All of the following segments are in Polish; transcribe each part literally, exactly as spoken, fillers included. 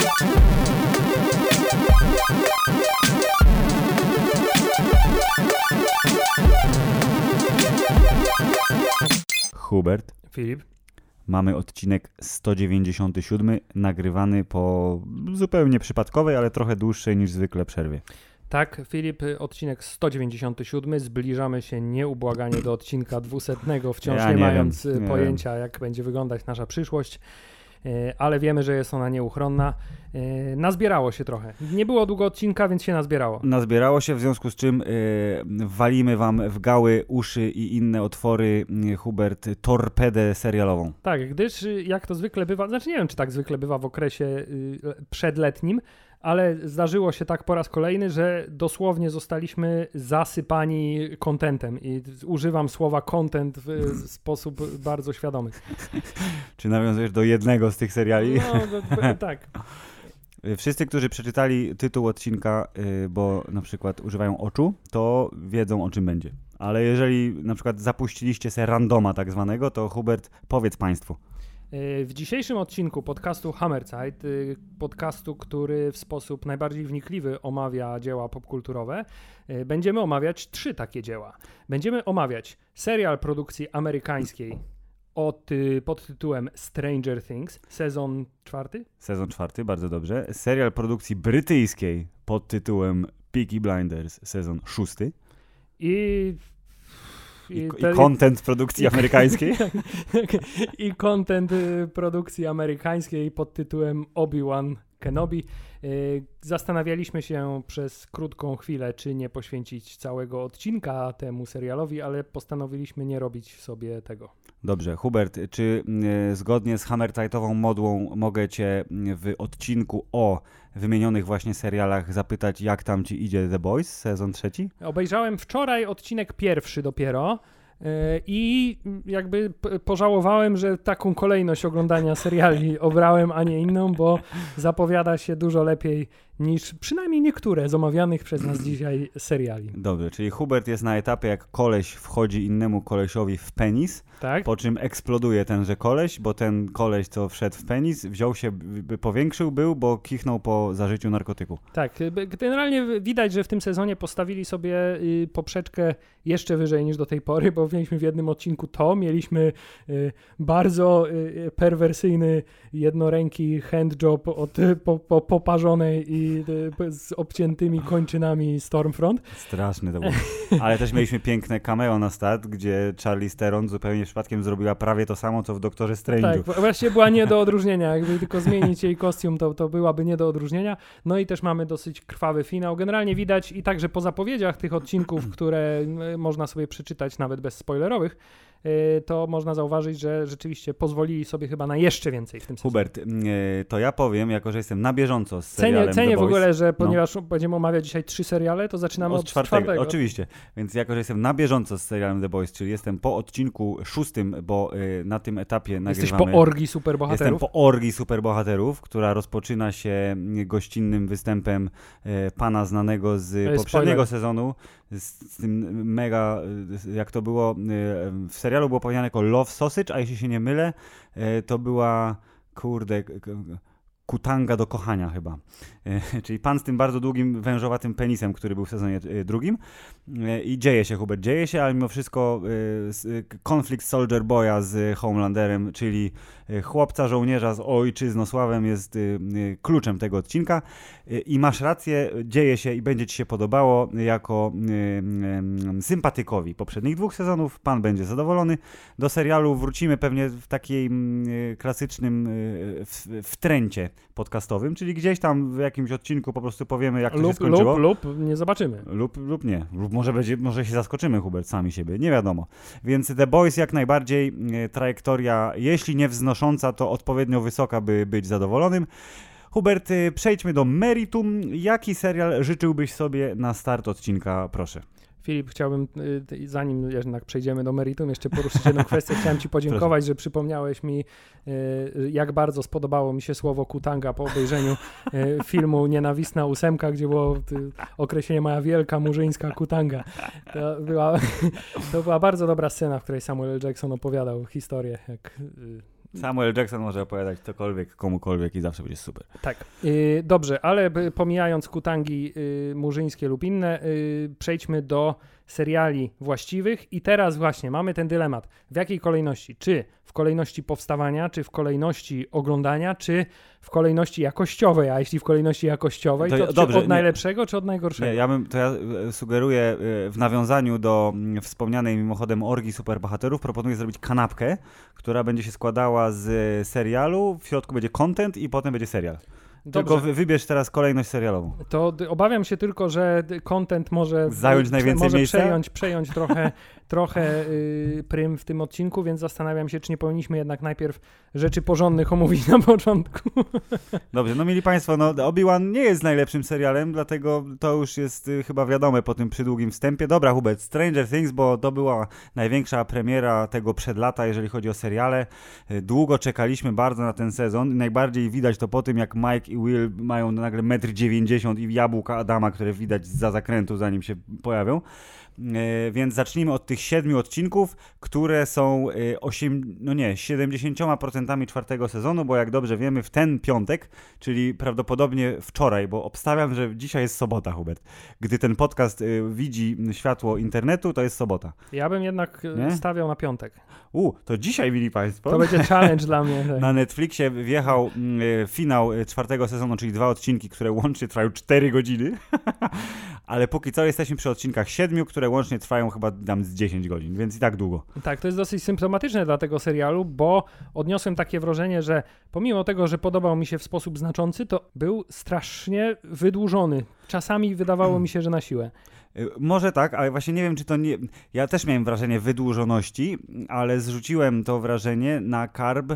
Hubert. Filip. Mamy odcinek sto dziewięćdziesiąty siódmy, nagrywany po zupełnie przypadkowej, ale trochę dłuższej niż zwykle przerwie. Tak, Filip, odcinek sto dziewięćdziesiąty siódmy. Zbliżamy się nieubłaganie do odcinka dwusetnego, wciąż ja nie, nie mając wiem, nie pojęcia, wiem. jak będzie wyglądać nasza przyszłość, ale wiemy, że jest ona nieuchronna. Nazbierało się trochę. Nie było długo odcinka, więc się nazbierało. Nazbierało się, w związku z czym yy, walimy wam w gały, uszy i inne otwory, yy, Hubert, torpedę serialową. Tak, gdyż jak to zwykle bywa, znaczy nie wiem, czy tak zwykle bywa w okresie yy, przedletnim, ale zdarzyło się tak po raz kolejny, że dosłownie zostaliśmy zasypani contentem i używam słowa content w sposób bardzo świadomy. Czy nawiązujesz do jednego z tych seriali? No, to, tak. Wszyscy, którzy przeczytali tytuł odcinka, yy, bo na przykład używają oczu, to wiedzą, o czym będzie. Ale jeżeli na przykład zapuściliście se randoma tak zwanego, to Hubert, powiedz państwu. W dzisiejszym odcinku podcastu Hammerzeit, podcastu, który w sposób najbardziej wnikliwy omawia dzieła popkulturowe, będziemy omawiać trzy takie dzieła. Będziemy omawiać serial produkcji amerykańskiej od, pod tytułem Stranger Things, sezon czwarty? Sezon czwarty, bardzo dobrze. Serial produkcji brytyjskiej pod tytułem Peaky Blinders, sezon szósty. I... I, i, te, i content produkcji i, amerykańskiej. I content produkcji amerykańskiej pod tytułem Obi-Wan Kenobi. Zastanawialiśmy się przez krótką chwilę, czy nie poświęcić całego odcinka temu serialowi, ale postanowiliśmy nie robić sobie tego. Dobrze, Hubert, czy y, zgodnie z Hammerzeitową modłą mogę cię w odcinku o wymienionych właśnie serialach zapytać, jak tam ci idzie The Boys, sezon trzeci? Obejrzałem wczoraj odcinek pierwszy dopiero yy, i jakby p- pożałowałem, że taką kolejność oglądania seriali obrałem, a nie inną, bo zapowiada się dużo lepiej niż przynajmniej niektóre z omawianych przez nas dzisiaj seriali. Dobrze, czyli Hubert jest na etapie, jak koleś wchodzi innemu kolesiowi w penis, tak? Po czym eksploduje tenże koleś, bo ten koleś, co wszedł w penis, wziął się, by powiększył był, bo kichnął po zażyciu narkotyku. Tak, generalnie widać, że w tym sezonie postawili sobie poprzeczkę jeszcze wyżej niż do tej pory, bo mieliśmy w jednym odcinku to, mieliśmy bardzo perwersyjny jednoręki handjob od po, po, poparzonej i z obciętymi kończynami Stormfront. Straszny to był. Ale też mieliśmy piękne cameo na start, gdzie Charlize Theron zupełnie przypadkiem zrobiła prawie to samo, co w Doktorze Strange'u. Tak, właściwie była nie do odróżnienia. Jakby tylko zmienić jej kostium, to, to byłaby nie do odróżnienia. No i też mamy dosyć krwawy finał. Generalnie widać i także po zapowiedziach tych odcinków, które można sobie przeczytać nawet bez spoilerowych, to można zauważyć, że rzeczywiście pozwolili sobie chyba na jeszcze więcej w tym sezonie. Hubert, to ja powiem, jako że jestem na bieżąco z serialem Cenię, cenię The Boys, w ogóle, że no. ponieważ będziemy omawiać dzisiaj trzy seriale, to zaczynamy od, od czwartego. czwartego. Oczywiście, więc jako że jestem na bieżąco z serialem The Boys, czyli jestem po odcinku szóstym, bo y, na tym etapie nagrywamy... Jesteś po orgii superbohaterów? Jestem po orgii superbohaterów, która rozpoczyna się gościnnym występem y, pana znanego z poprzedniego spoiler. sezonu, z, z tym mega, jak to było, y, w serialu było powiedziane jako Love Sausage, a jeśli się nie mylę, y, to była, kurde... Kutanga do kochania chyba. E, czyli pan z tym bardzo długim, wężowatym penisem, który był w sezonie e, drugim. E, I dzieje się, Hubert, dzieje się, ale mimo wszystko e, konflikt Soldier Boya z Homelanderem, czyli e, chłopca żołnierza z ojczyznosławem jest e, e, kluczem tego odcinka. E, I masz rację, dzieje się i będzie ci się podobało jako e, e, sympatykowi poprzednich dwóch sezonów. Pan będzie zadowolony. Do serialu wrócimy pewnie w takim e, klasycznym e, w, w trencie podcastowym, czyli gdzieś tam w jakimś odcinku po prostu powiemy, jak to lub, się skończyło. Lub, lub nie zobaczymy. Lub, lub nie. Lub może, będzie, może się zaskoczymy, Hubert, sami siebie. Nie wiadomo. Więc The Boys jak najbardziej e, trajektoria, jeśli nie wznosząca, to odpowiednio wysoka, by być zadowolonym. Hubert, e, przejdźmy do meritum. Jaki serial życzyłbyś sobie na start odcinka, proszę? Filip, chciałbym, zanim jednak przejdziemy do meritum, jeszcze poruszyć jedną kwestię. Chciałem ci podziękować, że przypomniałeś mi, jak bardzo spodobało mi się słowo kutanga po obejrzeniu filmu Nienawistna ósemka, gdzie było określenie moja wielka murzyńska kutanga. To była, to była bardzo dobra scena, w której Samuel L. Jackson opowiadał historię, jak Samuel Jackson może opowiadać cokolwiek, komukolwiek i zawsze będzie super. Tak. Yy, dobrze, ale pomijając kutangi yy, murzyńskie lub inne, yy, przejdźmy do seriali właściwych i teraz właśnie mamy ten dylemat. W jakiej kolejności? Czy w kolejności powstawania, czy w kolejności oglądania, czy w kolejności jakościowej? A jeśli w kolejności jakościowej, to, to dobrze, od nie, najlepszego, czy od najgorszego? Nie, ja bym, to ja sugeruję w nawiązaniu do wspomnianej mimochodem orgii superbohaterów, proponuję zrobić kanapkę, która będzie się składała z serialu, w środku będzie content i potem będzie serial. Dobrze. Tylko wybierz teraz kolejność serialową. To d- obawiam się tylko, że content może zająć najwięcej może miejsca? przejąć, przejąć trochę, trochę yy, prym w tym odcinku, więc zastanawiam się, czy nie powinniśmy jednak najpierw rzeczy porządnych omówić na początku. Dobrze, no mieli Państwo, no Obi-Wan nie jest najlepszym serialem, dlatego to już jest y, chyba wiadome po tym przydługim wstępie. Dobra, Hubert, Stranger Things, bo to była największa premiera tego przed lata, jeżeli chodzi o seriale. Y, długo czekaliśmy bardzo na ten sezon i najbardziej widać to po tym, jak Mike i Will mają nagle metr dziewięćdziesiąt i jabłka Adama, które widać zza zakrętu, zanim się pojawią. E, więc zacznijmy od tych siedmiu odcinków, które są e, osiem, no nie, siedemdziesiąt procent czwartego sezonu, bo jak dobrze wiemy, w ten piątek, czyli prawdopodobnie wczoraj, bo obstawiam, że dzisiaj jest sobota, Hubert. Gdy ten podcast e, widzi światło internetu, to jest sobota. Ja bym jednak nie? stawiał na piątek. U, to dzisiaj, mili Państwo. To będzie challenge dla mnie. Tak. Na Netflixie wjechał e, finał czwartego sezonu, czyli dwa odcinki, które łącznie trwają cztery godziny. Ale póki co jesteśmy przy odcinkach siedmiu, które łącznie trwają chyba tam z dziesięć godzin, więc i tak długo. Tak, to jest dosyć symptomatyczne dla tego serialu, bo odniosłem takie wrażenie, że pomimo tego, że podobał mi się w sposób znaczący, to był strasznie wydłużony. Czasami wydawało mi się, że na siłę. Może tak, ale właśnie nie wiem, czy to nie... Ja też miałem wrażenie wydłużoności, ale zrzuciłem to wrażenie na karb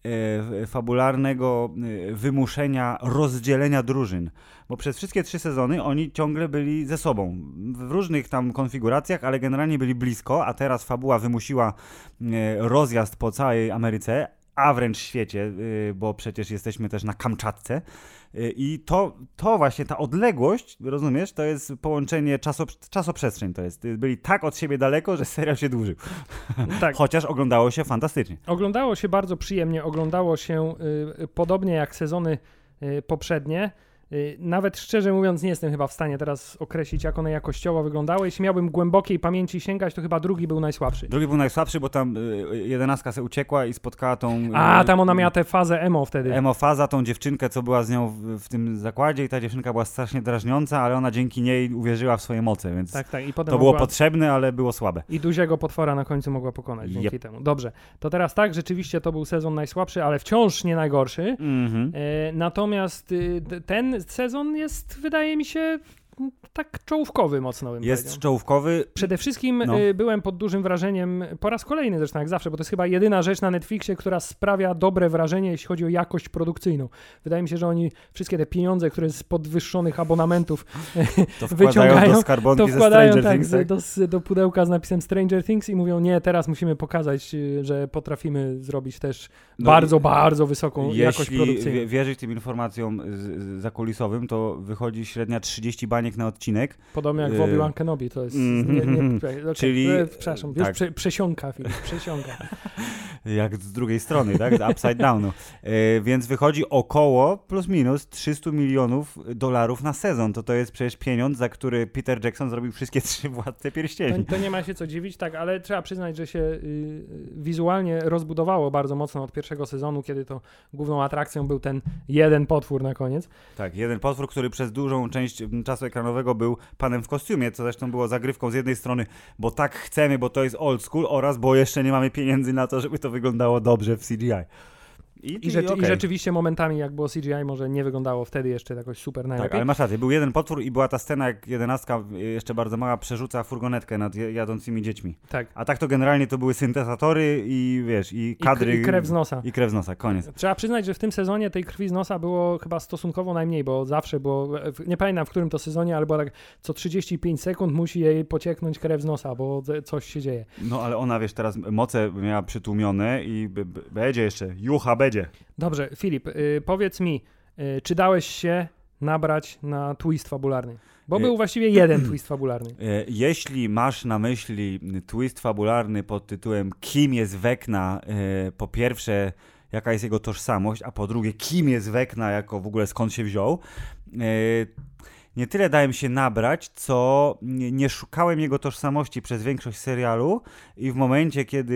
e, fabularnego e, wymuszenia rozdzielenia drużyn. Bo przez wszystkie trzy sezony oni ciągle byli ze sobą. W różnych tam konfiguracjach, ale generalnie byli blisko, a teraz fabuła wymusiła e, rozjazd po całej Ameryce, a wręcz świecie, e, bo przecież jesteśmy też na Kamczatce. I to, to właśnie, ta odległość, rozumiesz, to jest połączenie czaso, czasoprzestrzeń to jest. Byli tak od siebie daleko, że serial się dłużył. Tak. Chociaż oglądało się fantastycznie. Oglądało się bardzo przyjemnie, oglądało się y, podobnie jak sezony y, poprzednie. Nawet szczerze mówiąc nie jestem chyba w stanie teraz określić, jak one jakościowo wyglądały. Jeśli miałbym głębokiej pamięci sięgać, to chyba drugi był najsłabszy. Drugi był najsłabszy, bo tam y, jedenastka se uciekła i spotkała tą... Y, A, tam ona miała tę fazę emo wtedy. Emo-faza, tą dziewczynkę, co była z nią w, w tym zakładzie i ta dziewczynka była strasznie drażniąca, ale ona dzięki niej uwierzyła w swoje moce, więc tak, tak. I potem to mogła... było potrzebne, ale było słabe. I duziego potwora na końcu mogła pokonać dzięki yep. temu. Dobrze, to teraz tak, rzeczywiście to był sezon najsłabszy, ale wciąż nie najgorszy. Mm-hmm. E, natomiast y, ten sezon jest wydaje mi się tak czołówkowy mocno bym Jest powiedział. czołówkowy. Przede wszystkim no. y, byłem pod dużym wrażeniem, po raz kolejny zresztą jak zawsze, bo to jest chyba jedyna rzecz na Netflixie, która sprawia dobre wrażenie, jeśli chodzi o jakość produkcyjną. Wydaje mi się, że oni wszystkie te pieniądze, które z podwyższonych abonamentów to wyciągają, do skarbonki to wkładają ze tak, Things, tak? Do, do pudełka z napisem Stranger Things i mówią, nie, teraz musimy pokazać, że potrafimy zrobić też no bardzo, i, bardzo wysoką jakość produkcyjną. Jeśli wierzyć tym informacjom z, zakulisowym, to wychodzi średnia trzydzieści baniek na odcinek. Podobnie jak w Obi-Wan Kenobi, to jest... Mm-hmm. Nie, nie, okay, Czyli... Przepraszam, już tak. prze, przesiąka, Filip, przesiąka. Jak z drugiej strony, tak? Z upside downu. E, więc wychodzi około, plus minus, trzysta milionów dolarów na sezon. To to jest przecież pieniądz, za który Peter Jackson zrobił wszystkie trzy Władce Pierścieni. To, to nie ma się co dziwić, tak, ale trzeba przyznać, że się y, wizualnie rozbudowało bardzo mocno od pierwszego sezonu, kiedy to główną atrakcją był ten jeden potwór na koniec. Tak, jeden potwór, który przez dużą część czasu ekranowego był panem w kostiumie, co zresztą było zagrywką z jednej strony, bo tak chcemy, bo to jest old school, oraz bo jeszcze nie mamy pieniędzy na to, żeby to wyglądało dobrze w C G I. I, I, rzeczy, okay. I rzeczywiście momentami, jak było C G I, może nie wyglądało wtedy jeszcze jakoś super najlepiej. Tak, ale masz rację, był jeden potwór i była ta scena, jak jedenastka, jeszcze bardzo mała, przerzuca furgonetkę nad jadącymi dziećmi. Tak. A tak to generalnie to były syntezatory i wiesz, i kadry. I, i krew z nosa. I krew z nosa, koniec. Trzeba przyznać, że w tym sezonie tej krwi z nosa było chyba stosunkowo najmniej, bo zawsze było, nie pamiętam w którym to sezonie, ale było tak, co trzydzieści pięć sekund musi jej pocieknąć krew z nosa, bo coś się dzieje. No ale ona, wiesz, teraz moce miała przytłumione i b- b- będzie jeszcze, jucha będzie. Dobrze, Filip, y, powiedz mi, y, czy dałeś się nabrać na twist fabularny? Bo był właściwie jeden twist fabularny. Jeśli masz na myśli twist fabularny pod tytułem Kim jest Vecna, po pierwsze jaka jest jego tożsamość, a po drugie, kim jest Vecna, jako w ogóle skąd się wziął. Nie tyle dałem się nabrać, co nie, nie szukałem jego tożsamości przez większość serialu i w momencie, kiedy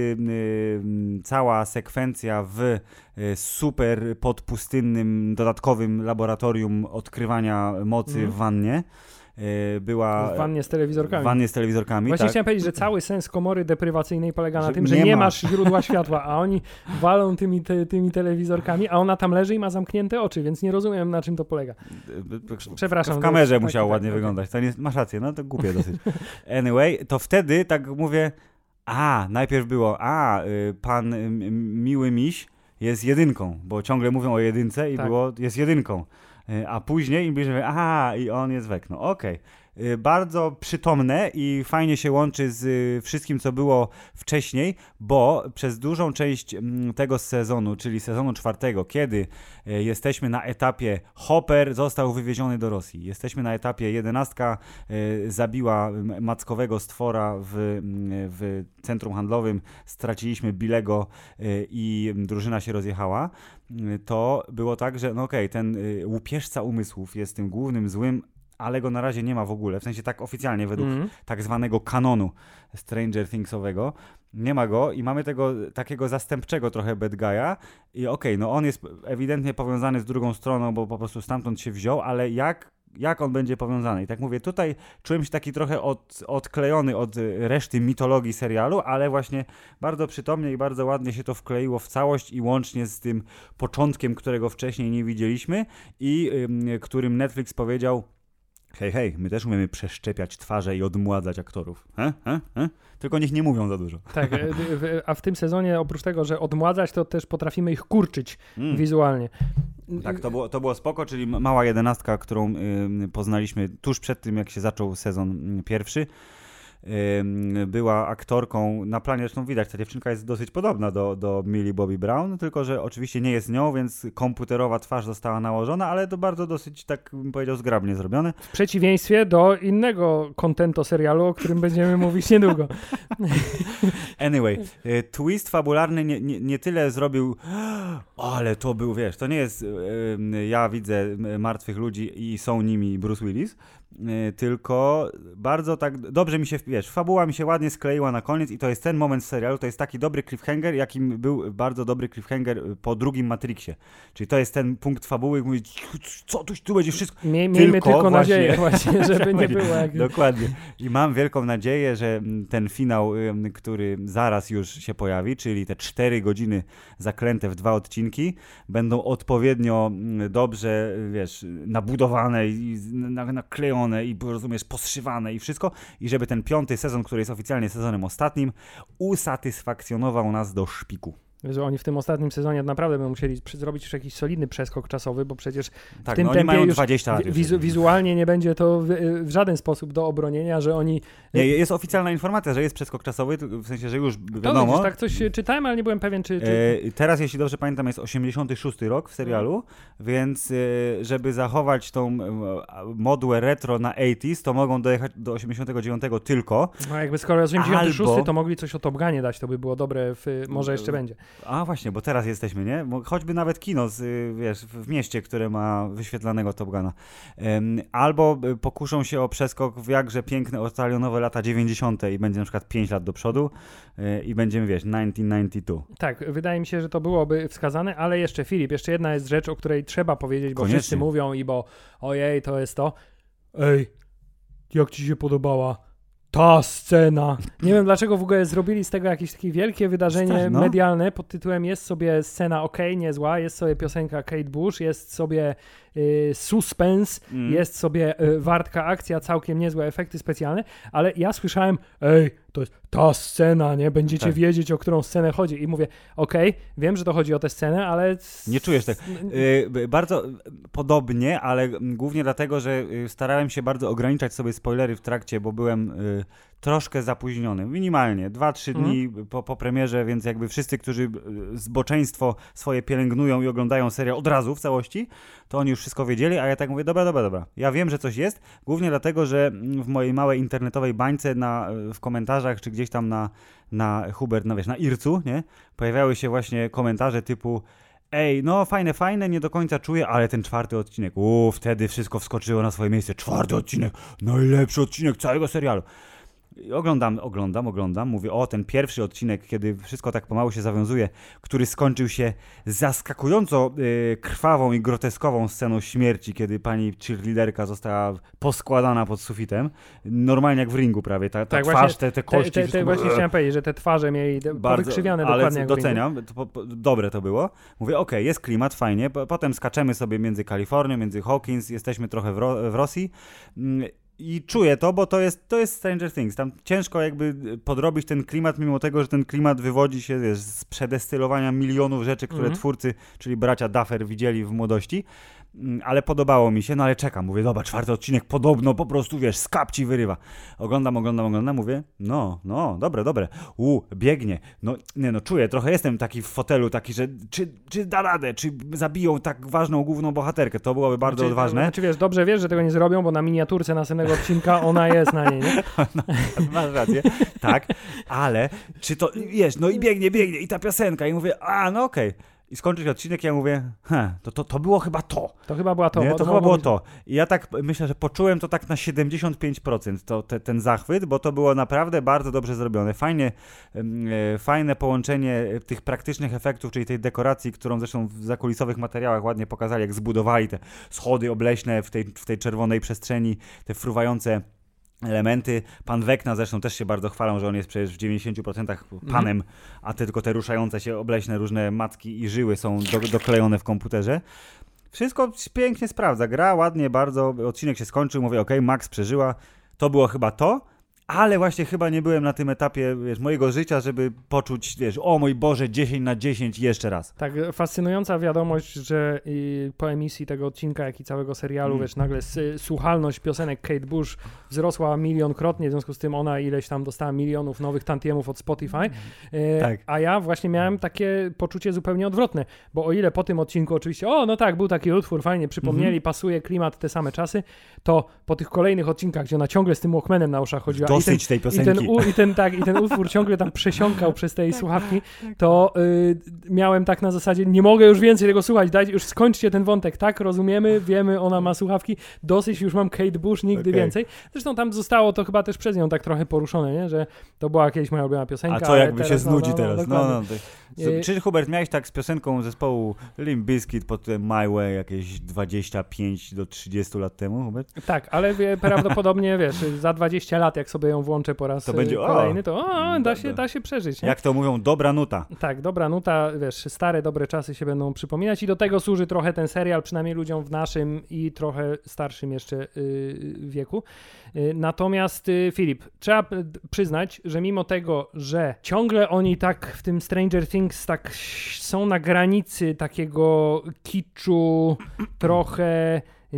y, cała sekwencja w y, super podpustynnym, dodatkowym laboratorium odkrywania mocy mm. w wannie była... W wannie z telewizorkami. W wannie z telewizorkami, Właśnie tak. chciałem powiedzieć, że cały sens komory deprywacyjnej polega na że tym, że nie, nie ma. masz źródła światła, a oni walą tymi, te, tymi telewizorkami, a ona tam leży i ma zamknięte oczy, więc nie rozumiem, na czym to polega. Przepraszam. W kamerze tak, musiało tak, ładnie tak, wyglądać. To nie, masz rację, no to głupie dosyć. Anyway, to wtedy tak mówię, a, najpierw było, a, y, pan y, miły miś jest jedynką, bo ciągle mówią o jedynce i tak. było, jest jedynką. A później im bliżej, aha, i on jest Vecna. Okej. Okay. Bardzo przytomne i fajnie się łączy z wszystkim, co było wcześniej, bo przez dużą część tego sezonu, czyli sezonu czwartego, kiedy jesteśmy na etapie Hopper został wywieziony do Rosji. Jesteśmy na etapie jedenastka zabiła mackowego stwora w, w centrum handlowym, straciliśmy Billego i drużyna się rozjechała. To było tak, że no okej, okay, ten łupieżca umysłów jest tym głównym złym, ale go na razie nie ma w ogóle, w sensie tak oficjalnie według mm. tak zwanego kanonu Stranger Thingsowego. Nie ma go i mamy tego takiego zastępczego trochę bad guy'a i okej, okay, no on jest ewidentnie powiązany z drugą stroną, bo po prostu stamtąd się wziął, ale jak jak on będzie powiązany. I tak mówię, tutaj czułem się taki trochę od, odklejony od reszty mitologii serialu, ale właśnie bardzo przytomnie i bardzo ładnie się to wkleiło w całość i łącznie z tym początkiem, którego wcześniej nie widzieliśmy i y, którym Netflix powiedział: hej, hej, my też umiemy przeszczepiać twarze i odmładzać aktorów. He? He? He? Tylko niech nie mówią za dużo. Tak, a w tym sezonie oprócz tego, że odmładzać, to też potrafimy ich kurczyć mm. wizualnie. Tak, to było, to było spoko, czyli mała jedenastka, którą y, poznaliśmy tuż przed tym, jak się zaczął sezon pierwszy. Była aktorką, na planie zresztą widać, ta dziewczynka jest dosyć podobna do, do Millie Bobby Brown, tylko że oczywiście nie jest nią, więc komputerowa twarz została nałożona, ale to bardzo dosyć, tak bym powiedział, zgrabnie zrobione. W przeciwieństwie do innego contento serialu, o którym będziemy mówić niedługo. Anyway, twist fabularny nie, nie, nie tyle zrobił, ale to był, wiesz, to nie jest ja widzę martwych ludzi i są nimi Bruce Willis, tylko bardzo tak dobrze mi się, wiesz, fabuła mi się ładnie skleiła na koniec i to jest ten moment w serialu, to jest taki dobry cliffhanger, jakim był bardzo dobry cliffhanger po drugim Matrixie. Czyli to jest ten punkt fabuły, mówi, co tu, tu będzie wszystko. Mie, miejmy tylko, tylko właśnie, nadzieję właśnie, żeby nie było jak... Dokładnie. I mam wielką nadzieję, że ten finał, który zaraz już się pojawi, czyli te cztery godziny zaklęte w dwa odcinki, będą odpowiednio dobrze, wiesz, nabudowane i naklejone i rozumiesz, poszywane i wszystko i żeby ten piąty sezon, który jest oficjalnie sezonem ostatnim, usatysfakcjonował nas do szpiku. Że oni w tym ostatnim sezonie naprawdę będą musieli zrobić już jakiś solidny przeskok czasowy, bo przecież w tak, tym no tempie mają już dwadzieścia lat wizu- wizualnie nie będzie to w, w żaden sposób do obronienia, że oni... Nie, jest oficjalna informacja, że jest przeskok czasowy, w sensie, że już wiadomo. To widzisz, tak coś czytałem, ale nie byłem pewien, czy... czy... E, teraz, jeśli dobrze pamiętam, jest osiemdziesiąty szósty rok w serialu, hmm. więc e, żeby zachować tą e, modłę retro na osiemdziesiąte, to mogą dojechać do osiemdziesiątego dziewiątego tylko. No jakby skoro jest osiemdziesiąty szósty, albo... to mogli coś o Top Gunie dać, to by było dobre, w, może jeszcze będzie. A właśnie, bo teraz jesteśmy, nie? Choćby nawet kino, z, wiesz, w mieście, które ma wyświetlanego Top Guna. Um, albo pokuszą się o przeskok w jakże piękne, ostalionowe lata dziewięćdziesiąte i będzie na przykład pięć lat do przodu yy, i będziemy, wiesz, tysiąc dziewięćset dziewięćdziesiąty dwa. Tak, wydaje mi się, że to byłoby wskazane, ale jeszcze, Filip, jeszcze jedna jest rzecz, o której trzeba powiedzieć, bo Koniecznie. Wszyscy mówią i bo ojej, to jest to. Ej, jak ci się podobała ta scena? Nie wiem, dlaczego w ogóle zrobili z tego jakieś takie wielkie wydarzenie Stać, no. medialne pod tytułem jest sobie scena okej, okay, niezła, jest sobie piosenka Kate Bush, jest sobie y, suspense, mm. jest sobie y, wartka akcja, całkiem niezłe efekty specjalne, ale ja słyszałem, ej, to jest ta scena, nie? Będziecie tak. wiedzieć, o którą scenę chodzi. I mówię, okej, okay, wiem, że to chodzi o tę scenę, ale... Nie czujesz tak. Yy, bardzo podobnie, ale głównie dlatego, że starałem się bardzo ograniczać sobie spoilery w trakcie, bo byłem... Yy, troszkę zapóźniony, minimalnie, dwa trzy dni mm. po, po premierze, więc jakby wszyscy, którzy zboczeństwo swoje pielęgnują i oglądają serial od razu w całości, to oni już wszystko wiedzieli, a ja tak mówię, dobra, dobra, dobra. Ja wiem, że coś jest, głównie dlatego, że w mojej małej internetowej bańce na, w komentarzach, czy gdzieś tam na, na Hubert, no wiesz, na Ircu, nie? Pojawiały się właśnie komentarze typu ej, no fajne, fajne, nie do końca czuję, ale ten czwarty odcinek, uuu, wtedy wszystko wskoczyło na swoje miejsce. Czwarty odcinek, najlepszy odcinek całego serialu. I oglądam, oglądam, oglądam, mówię, o, ten pierwszy odcinek, kiedy wszystko tak pomału się zawiązuje, który skończył się zaskakująco y, krwawą i groteskową sceną śmierci, kiedy pani cheerleaderka została poskładana pod sufitem. Normalnie jak w ringu prawie, ta, ta tak, twarz, właśnie, te, te kości. Te, te, te właśnie chciałem powiedzieć, że te twarze mieli bardzo, wykrzywiane ale dokładnie jak doceniam, to, po, po, dobre to było. Mówię, okej, okay, jest klimat, fajnie, potem skaczemy sobie między Kalifornią, między Hawkins, jesteśmy trochę w, Ro- w Rosji. I czuję to, bo to jest, to jest Stranger Things. Tam ciężko jakby podrobić ten klimat, mimo tego, że ten klimat wywodzi się, wiesz, z przedestylowania milionów rzeczy, które mm-hmm. twórcy, czyli bracia Duffer widzieli w młodości. Ale podobało mi się, no ale czekam, mówię, dobra, czwarty odcinek podobno po prostu, wiesz, z kapci wyrywa. Oglądam, oglądam, oglądam, mówię, no, no, dobre, dobre, u, biegnie, no, nie no, czuję, trochę jestem taki w fotelu, taki, że czy, czy da radę, czy zabiją tak ważną główną bohaterkę, to byłoby bardzo znaczy, odważne. Znaczy, wiesz, dobrze wiesz, że tego nie zrobią, bo na miniaturce następnego odcinka ona jest na niej, nie? No, masz rację, tak, ale czy to, wiesz, no i biegnie, biegnie i ta piosenka i mówię, a, no okej. Okay. I skończy się odcinek, ja mówię, he, to, to, to było chyba to. To chyba była to. Nie, bo, to bo, chyba było bo... to. I ja tak myślę, że poczułem to tak na siedemdziesiąt pięć procent to, te, ten zachwyt, bo to było naprawdę bardzo dobrze zrobione. Fajnie, e, fajne połączenie tych praktycznych efektów, czyli tej dekoracji, którą zresztą w zakulisowych materiałach ładnie pokazali, jak zbudowali te schody obleśne w tej, w tej czerwonej przestrzeni, te fruwające elementy. Pan Wekna zresztą też się bardzo chwalą, że on jest przecież w dziewięćdziesiąt procent panem, mm. a te, tylko te ruszające się obleśne różne macki i żyły są do, doklejone w komputerze. Wszystko pięknie sprawdza. Gra ładnie, bardzo. Odcinek się skończył. Mówię, okej, okay, Max przeżyła. To było chyba to. Ale właśnie chyba nie byłem na tym etapie, wiesz, mojego życia, żeby poczuć, wiesz, o mój Boże, dziesięć na dziesięć jeszcze raz. Tak, fascynująca wiadomość, że i po emisji tego odcinka, jak i całego serialu, mm. wiesz, nagle s- słuchalność piosenek Kate Bush wzrosła milionkrotnie, w związku z tym ona ileś tam dostała milionów nowych tantiemów od Spotify, e, tak. A ja właśnie miałem takie poczucie zupełnie odwrotne, bo o ile po tym odcinku oczywiście, o no tak, był taki utwór, fajnie przypomnieli, mm-hmm. pasuje klimat, te same czasy, to po tych kolejnych odcinkach, gdzie ona ciągle z tym Walkmanem na uszach chodziła, dosyć tej piosenki. I ten, u, i, ten, tak, I ten utwór ciągle tam przesiąkał przez tej słuchawki, to y, miałem tak na zasadzie, nie mogę już więcej tego słuchać, dajcie, już skończcie ten wątek, tak, rozumiemy, wiemy, ona ma słuchawki, dosyć, już mam Kate Bush, nigdy okay. więcej. Zresztą tam zostało to chyba też przez nią tak trochę poruszone, nie? Że to była kiedyś moja ulubiona piosenka. A co jakby teraz, się znudzi no, no, teraz? No, no, tak. Czy Hubert miałeś tak z piosenką zespołu Limp Bizkit pod My Way jakieś dwadzieścia pięć do trzydziestu lat temu, Hubert? Tak, ale wie, prawdopodobnie, wiesz, za dwadzieścia lat, jak sobie ją włączę po raz to będzie, kolejny, o, to o, da, się, da się przeżyć. Nie? Jak to mówią, dobra nuta. Tak, dobra nuta, wiesz, stare, dobre czasy się będą przypominać i do tego służy trochę ten serial, przynajmniej ludziom w naszym i trochę starszym jeszcze yy, wieku. Yy, natomiast yy, Filip, trzeba przyznać, że mimo tego, że ciągle oni tak w tym Stranger Things tak są na granicy takiego kiczu, trochę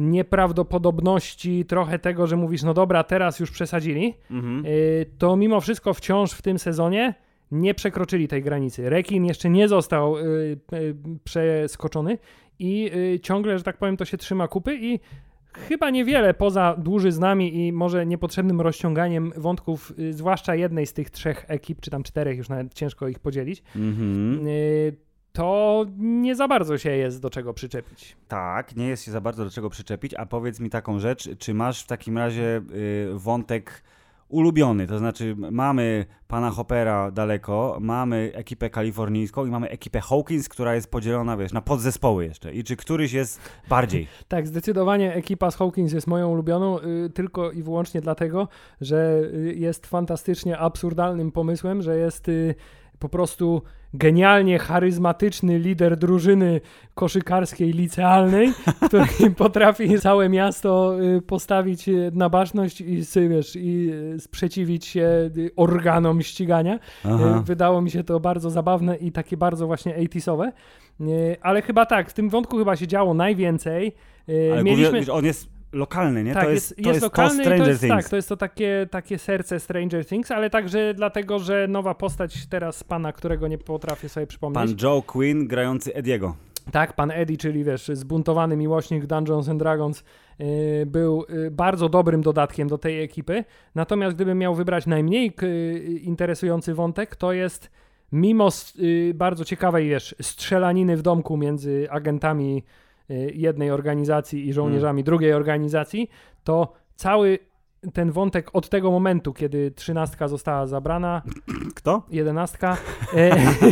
nieprawdopodobności, trochę tego, że mówisz, no dobra, teraz już przesadzili, mhm. y, to mimo wszystko wciąż w tym sezonie nie przekroczyli tej granicy. Rekin jeszcze nie został y, y, przeskoczony i y, ciągle, że tak powiem, to się trzyma kupy i chyba niewiele poza dłużyznami i może niepotrzebnym rozciąganiem wątków, y, zwłaszcza jednej z tych trzech ekip, czy tam czterech, już nawet ciężko ich podzielić, mhm. y, to nie za bardzo się jest do czego przyczepić. Tak, nie jest się za bardzo do czego przyczepić, a powiedz mi taką rzecz, czy masz w takim razie y, wątek ulubiony, to znaczy mamy pana Hoppera daleko, mamy ekipę kalifornijską i mamy ekipę Hawkins, która jest podzielona, wiesz, na podzespoły jeszcze. I czy któryś jest bardziej? Tak, zdecydowanie ekipa z Hawkins jest moją ulubioną, y, tylko i wyłącznie dlatego, że y, jest fantastycznie absurdalnym pomysłem, że jest y, po prostu genialnie charyzmatyczny lider drużyny koszykarskiej licealnej, który potrafi całe miasto postawić na baczność i, wiesz, i sprzeciwić się organom ścigania. Aha. Wydało mi się to bardzo zabawne i takie bardzo właśnie osiemdziesiątowe. Ale chyba tak, w tym wątku chyba się działo najwięcej. Ale mieliśmy... Głównie, on jest lokalny, nie? Tak, to jest, jest, to jest, jest lokalny to Stranger to jest, Things. Tak, to jest to takie, takie serce Stranger Things, ale także dlatego, że nowa postać teraz pana, którego nie potrafię sobie przypomnieć. Pan Joe Quinn grający Ediego. Tak, pan Eddie, czyli wiesz, zbuntowany miłośnik Dungeons and Dragons, yy, był yy, bardzo dobrym dodatkiem do tej ekipy. Natomiast gdybym miał wybrać najmniej yy, interesujący wątek, to jest mimo yy, bardzo ciekawej, wiesz, strzelaniny w domku między agentami yy, jednej organizacji i żołnierzami hmm. drugiej organizacji, to cały ten wątek od tego momentu, kiedy trzynastka została zabrana. Kto? Jedenastka. Yy,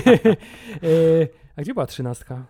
yy, a gdzie była trzynastka?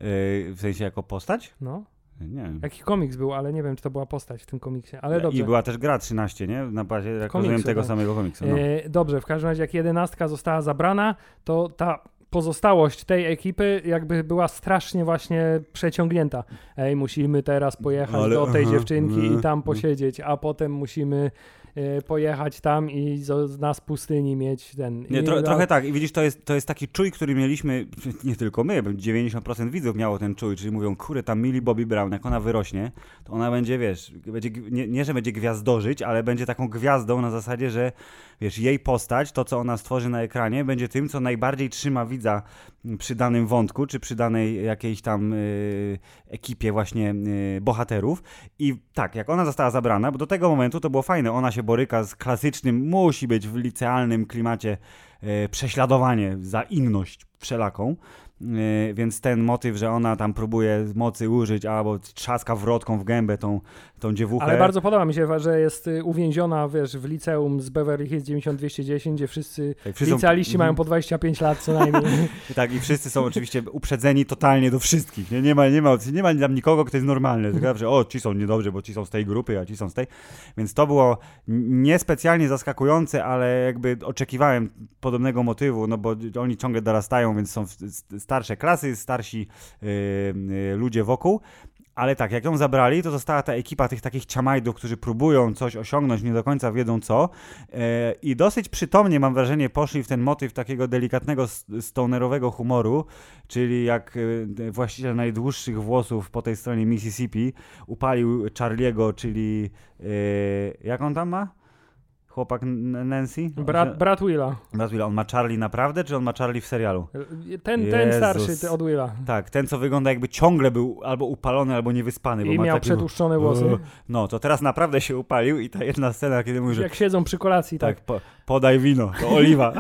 W sensie jako postać? No. Nie wiem. Jaki komiks był, ale nie wiem, czy to była postać w tym komiksie, ale dobrze. I była też gra trzynaście, nie? Na bazie, jak Komiksu, rozumiem, tego tak. samego komiksu. No. E, dobrze, w każdym razie jak jedenastka została zabrana, to ta pozostałość tej ekipy jakby była strasznie właśnie przeciągnięta. Ej, musimy teraz pojechać ale, do tej aha, dziewczynki aha, i tam posiedzieć, a potem musimy e, pojechać tam i z, nas pustyni mieć ten... Nie, I, tro, trochę tak. I widzisz, to jest, to jest taki czuj, który mieliśmy, nie tylko my, dziewięćdziesiąt procent widzów miało ten czuj, czyli mówią, kurde, ta Millie Bobby Brown, jak ona wyrośnie, to ona będzie, wiesz, będzie, nie, nie, że będzie gwiazdożyć, ale będzie taką gwiazdą na zasadzie, że wiesz, jej postać, to co ona stworzy na ekranie, będzie tym, co najbardziej trzyma widza przy danym wątku, czy przy danej jakiejś tam y, ekipie właśnie y, bohaterów. I tak, jak ona została zabrana, bo do tego momentu to było fajne, ona się boryka z klasycznym, musi być w licealnym klimacie y, prześladowanie za inność wszelaką. Yy, więc ten motyw, że ona tam próbuje mocy użyć albo trzaska wrotką w gębę tą, tą dziewuchę. Ale bardzo podoba mi się, że jest uwięziona, wiesz, w liceum z Beverly Hills dziewięćdziesiąt dwieście dziesięć, gdzie wszyscy, tak, wszyscy licealiści są... mają po dwadzieścia pięć lat co najmniej. Tak, i wszyscy są oczywiście uprzedzeni totalnie do wszystkich. Nie, nie, ma, nie, ma, nie ma tam nikogo, kto jest normalny. Tylko, że o, ci są niedobrzy, bo ci są z tej grupy, a ci są z tej. Więc to było niespecjalnie zaskakujące, ale jakby oczekiwałem podobnego motywu, no bo oni ciągle dorastają, więc są starsze klasy, starsi yy, yy, ludzie wokół, ale tak, jak ją zabrali, to została ta ekipa tych takich ciamajdów, którzy próbują coś osiągnąć, nie do końca wiedzą co yy, i dosyć przytomnie, mam wrażenie, poszli w ten motyw takiego delikatnego stonerowego humoru, czyli jak yy, właściciel najdłuższych włosów po tej stronie Mississippi upalił Charlie'ego, czyli yy, jak on tam ma? Chłopak Nancy? Brat, brat Willa. Brat Willa. On ma Charlie naprawdę, czy on ma Charlie w serialu? Ten, ten starszy ty od Willa. Tak, ten co wygląda jakby ciągle był albo upalony, albo niewyspany. I bo miał ma przetłuszczone włosy. No, to teraz naprawdę się upalił i ta jedna scena, kiedy mówi, że... Jak siedzą przy kolacji, tak. Tak, po, podaj wino, to oliwa.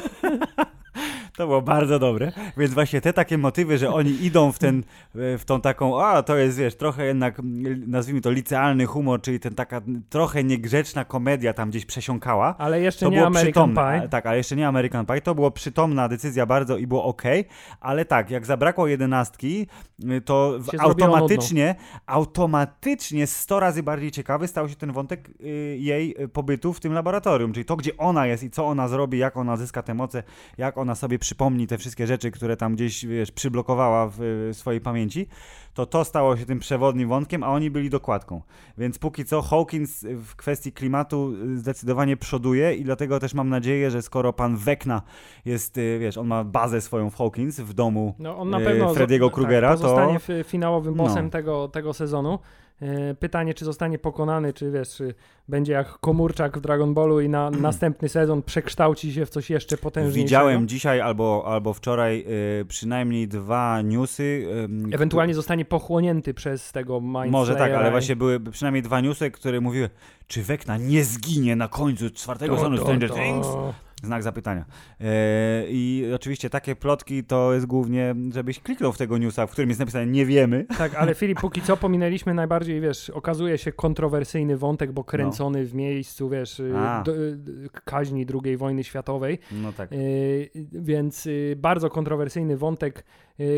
To było bardzo dobre, więc właśnie te takie motywy, że oni idą w ten, w tą taką, a to jest, wiesz, trochę jednak, nazwijmy to licealny humor, czyli ten taka trochę niegrzeczna komedia tam gdzieś przesiąkała. Ale jeszcze to nie było American przytomne. Pie. Tak, ale jeszcze nie American Pie, to była przytomna decyzja bardzo i było okej, okay, ale tak, jak zabrakło jedenastki, to automatycznie, automatycznie sto razy bardziej ciekawy stał się ten wątek y, jej pobytu w tym laboratorium, czyli to, gdzie ona jest i co ona zrobi, jak ona zyska te moce, jak ona sobie przypomni te wszystkie rzeczy, które tam gdzieś, wiesz, przyblokowała w, w swojej pamięci, to to stało się tym przewodnim wątkiem, a oni byli dokładką. Więc póki co Hawkins w kwestii klimatu zdecydowanie przoduje i dlatego też mam nadzieję, że skoro pan Vecna jest, wiesz, on ma bazę swoją w Hawkins, w domu no, on na pewno Freddy'ego Krugera, tak, pozostanie to... w finałowym bossem no. tego, tego sezonu. Pytanie, czy zostanie pokonany, czy wiesz, czy będzie jak Komórczak w Dragon Ballu i na następny sezon przekształci się w coś jeszcze potężniejszego. Widziałem dzisiaj albo, albo wczoraj y, przynajmniej dwa newsy. Y, Ewentualnie zostanie pochłonięty przez tego Mind Może tak, ale i... właśnie były przynajmniej dwa newsy, które mówiły, czy Vecna nie zginie na końcu czwartego sezonu Stranger Things? Znak zapytania. Yy, I oczywiście takie plotki to jest głównie, żebyś kliknął w tego newsa, w którym jest napisane nie wiemy. Tak, ale Filip, póki co pominęliśmy najbardziej, wiesz, okazuje się kontrowersyjny wątek, bo kręcony no. w miejscu, wiesz, do, kaźni drugiej wojny światowej. No tak. Yy, więc yy, bardzo kontrowersyjny wątek yy,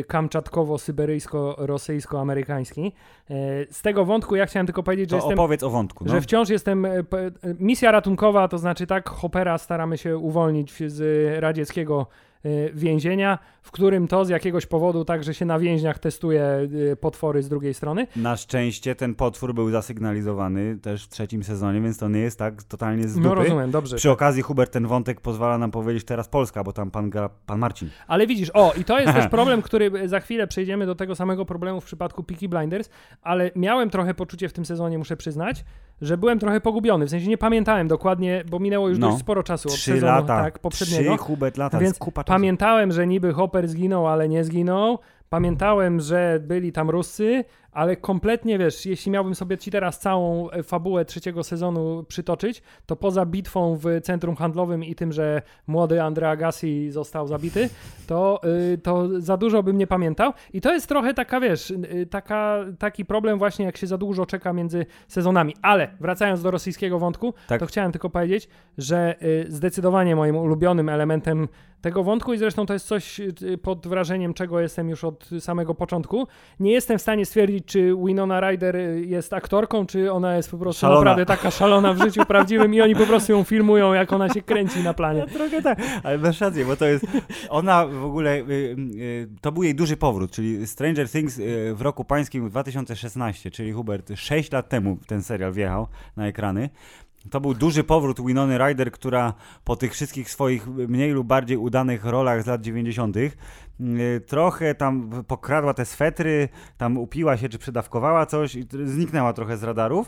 kamczatkowo-syberyjsko-rosyjsko-amerykański. Yy, z tego wątku ja chciałem tylko powiedzieć, to że jestem... opowiedz o wątku. No. Że wciąż jestem... Yy, misja ratunkowa, to znaczy tak, Hoppera staramy się uwolnić z radzieckiego więzienia, w którym to z jakiegoś powodu także się na więźniach testuje potwory z drugiej strony. Na szczęście ten potwór był zasygnalizowany też w trzecim sezonie, więc to nie jest tak totalnie z dupy. No rozumiem, dobrze. Przy okazji, Hubert, ten wątek pozwala nam powiedzieć teraz Polska, bo tam pan gra pan Marcin. Ale widzisz, o i to jest też problem, który za chwilę przejdziemy do tego samego problemu w przypadku Peaky Blinders, ale miałem trochę poczucie w tym sezonie, muszę przyznać, że byłem trochę pogubiony, w sensie nie pamiętałem dokładnie, bo minęło już no, dość sporo czasu od trzy sezonu lata, tak, poprzedniego. Trzy Hubert lata, więc kupa czasu. Pamiętałem, że niby Hopper zginął, ale nie zginął. Pamiętałem, że byli tam Ruscy, ale kompletnie, wiesz, jeśli miałbym sobie ci teraz całą fabułę trzeciego sezonu przytoczyć, to poza bitwą w centrum handlowym i tym, że młody Andre Agassi został zabity, to, yy, to za dużo bym nie pamiętał. I to jest trochę taka, wiesz, yy, taka, taki problem właśnie, jak się za dużo czeka między sezonami. Ale wracając do rosyjskiego wątku, tak. to chciałem tylko powiedzieć, że yy, zdecydowanie moim ulubionym elementem tego wątku i zresztą to jest coś, pod wrażeniem czego jestem już od samego początku. Nie jestem w stanie stwierdzić, czy Winona Ryder jest aktorką, czy ona jest po prostu szalona. Naprawdę taka szalona w życiu prawdziwym i oni po prostu ją filmują, jak ona się kręci na planie. Ja, trochę tak, ale masz rację, bo to jest, ona w ogóle, y, y, to był jej duży powrót, czyli Stranger Things y, w roku pańskim dwa tysiące szesnastym, czyli Hubert, sześć lat temu ten serial wjechał na ekrany. To był duży powrót Winony Ryder, która po tych wszystkich swoich mniej lub bardziej udanych rolach z lat dziewięćdziesiątych trochę tam pokradła te swetry, tam upiła się czy przedawkowała coś i zniknęła trochę z radarów,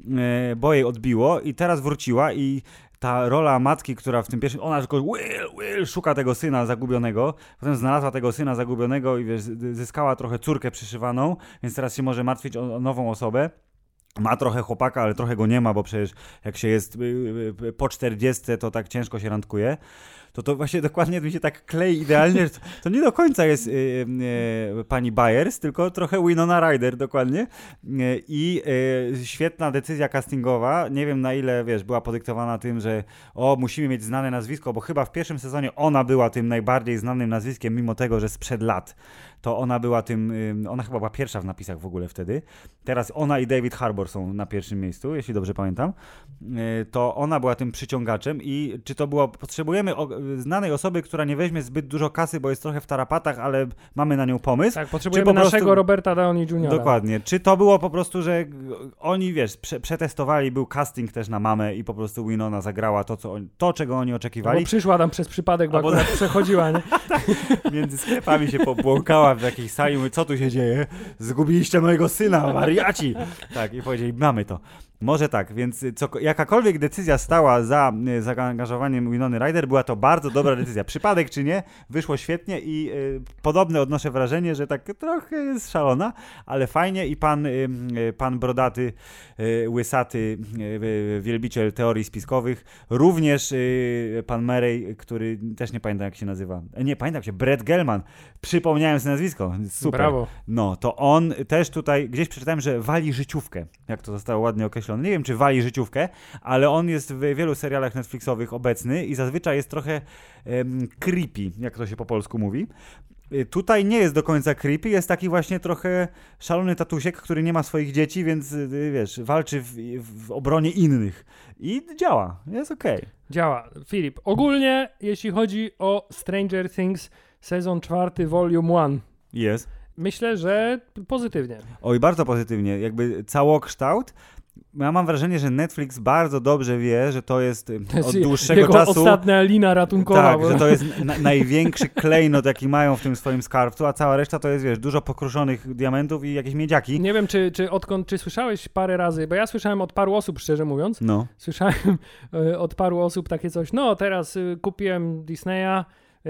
bo jej odbiło i teraz wróciła i ta rola matki, która w tym pierwszym, ona tylko Will, Will, szuka tego syna zagubionego, potem znalazła tego syna zagubionego i wiesz, zyskała trochę córkę przyszywaną, więc teraz się może martwić o, o nową osobę. Ma trochę chłopaka, ale trochę go nie ma, bo przecież jak się jest po czterdziestce, to tak ciężko się randkuje. To to właśnie dokładnie mi się tak klei idealnie, to, to nie do końca jest yy, yy, pani Byers, tylko trochę Winona Ryder dokładnie yy, i yy, świetna decyzja castingowa, nie wiem na ile, wiesz, była podyktowana tym, że o, musimy mieć znane nazwisko, bo chyba w pierwszym sezonie ona była tym najbardziej znanym nazwiskiem, mimo tego, że sprzed lat to ona była tym, yy, ona chyba była pierwsza w napisach w ogóle wtedy, teraz ona i David Harbour są na pierwszym miejscu, jeśli dobrze pamiętam, yy, to ona była tym przyciągaczem i czy to było, potrzebujemy o, znanej osoby, która nie weźmie zbyt dużo kasy, bo jest trochę w tarapatach, ale mamy na nią pomysł. Tak, potrzebujemy po naszego prostu... Roberta Downey juniora Dokładnie. Czy to było po prostu, że oni, wiesz, prze- przetestowali, był casting też na mamę i po prostu Winona zagrała to, co oni, to czego oni oczekiwali. Bo przyszła tam przez przypadek, bo akurat przechodziła, nie? Między sklepami się pobłąkała w jakiejś sali, mówi, co tu się dzieje? Zgubiliście mojego syna, wariaci! Tak, i powiedzieli, mamy to. Może tak, więc co, jakakolwiek decyzja stała za zaangażowaniem Winony Ryder, była to bardzo dobra decyzja. Przypadek czy nie, wyszło świetnie i y, podobne odnoszę wrażenie, że tak trochę jest szalona, ale fajnie i pan, y, pan brodaty, y, łysaty y, wielbiciel teorii spiskowych, również y, pan Murray, który też nie pamiętam jak się nazywa, nie pamiętam jak się, Brett Gelman, przypomniałem sobie nazwisko, super. Brawo. No, to on też tutaj, gdzieś przeczytałem, że wali życiówkę, jak to zostało ładnie określone. Nie wiem, czy wali życiówkę, ale on jest w wielu serialach Netflixowych obecny i zazwyczaj jest trochę um, creepy, jak to się po polsku mówi. Tutaj nie jest do końca creepy, jest taki właśnie trochę szalony tatusiek, który nie ma swoich dzieci, więc wiesz, walczy w, w obronie innych. I działa, jest okej. Okay. Działa. Filip, ogólnie jeśli chodzi o Stranger Things sezon czwarty, volume one. Jest. Myślę, że pozytywnie. Oj, bardzo pozytywnie. Jakby całokształt. Ja mam wrażenie, że Netflix bardzo dobrze wie, że to jest, to jest od dłuższego jego czasu... ostatnia lina ratunkowa. Tak, bo... że to jest na, największy klejnot, jaki mają w tym swoim skarbcu, a cała reszta to jest, wiesz, dużo pokruszonych diamentów i jakieś miedziaki. Nie wiem, czy, czy odkąd, czy słyszałeś parę razy, bo ja słyszałem od paru osób, szczerze mówiąc, no. słyszałem y, od paru osób takie coś, no teraz y, kupiłem Disneya,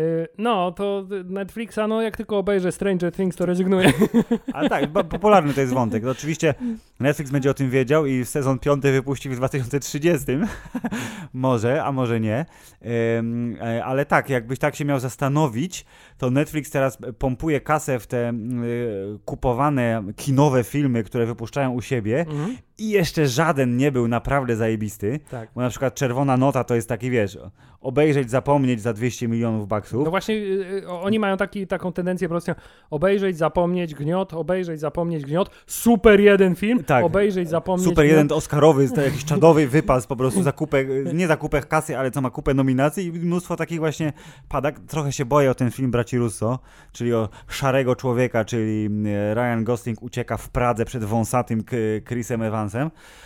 no, to Netflixa, no jak tylko obejrzę Stranger Things, to rezygnuję. Ale tak, popularny to jest wątek. Oczywiście Netflix będzie o tym wiedział i sezon piąty wypuści w dwa tysiące trzydziestym. Może, a może nie. Ale tak, jakbyś tak się miał zastanowić, to Netflix teraz pompuje kasę w te kupowane kinowe filmy, które wypuszczają u siebie mhm. i jeszcze żaden nie był naprawdę zajebisty, tak. bo na przykład Czerwona Nota to jest taki, wiesz, obejrzeć, zapomnieć za dwieście milionów baksów. No właśnie yy, oni mają taki, taką tendencję po prostu obejrzeć, zapomnieć, gniot, obejrzeć, zapomnieć, gniot, super jeden film, tak. obejrzeć, zapomnieć, super gniot. jeden Oscarowy, jakiś czadowy wypas po prostu za kupę, nie za kupę kasy, ale co ma kupę nominacji i mnóstwo takich właśnie padak. Trochę się boję o ten film braci Russo, czyli o szarego człowieka, czyli Ryan Gosling ucieka w Pradze przed wąsatym Chrisem Evansem.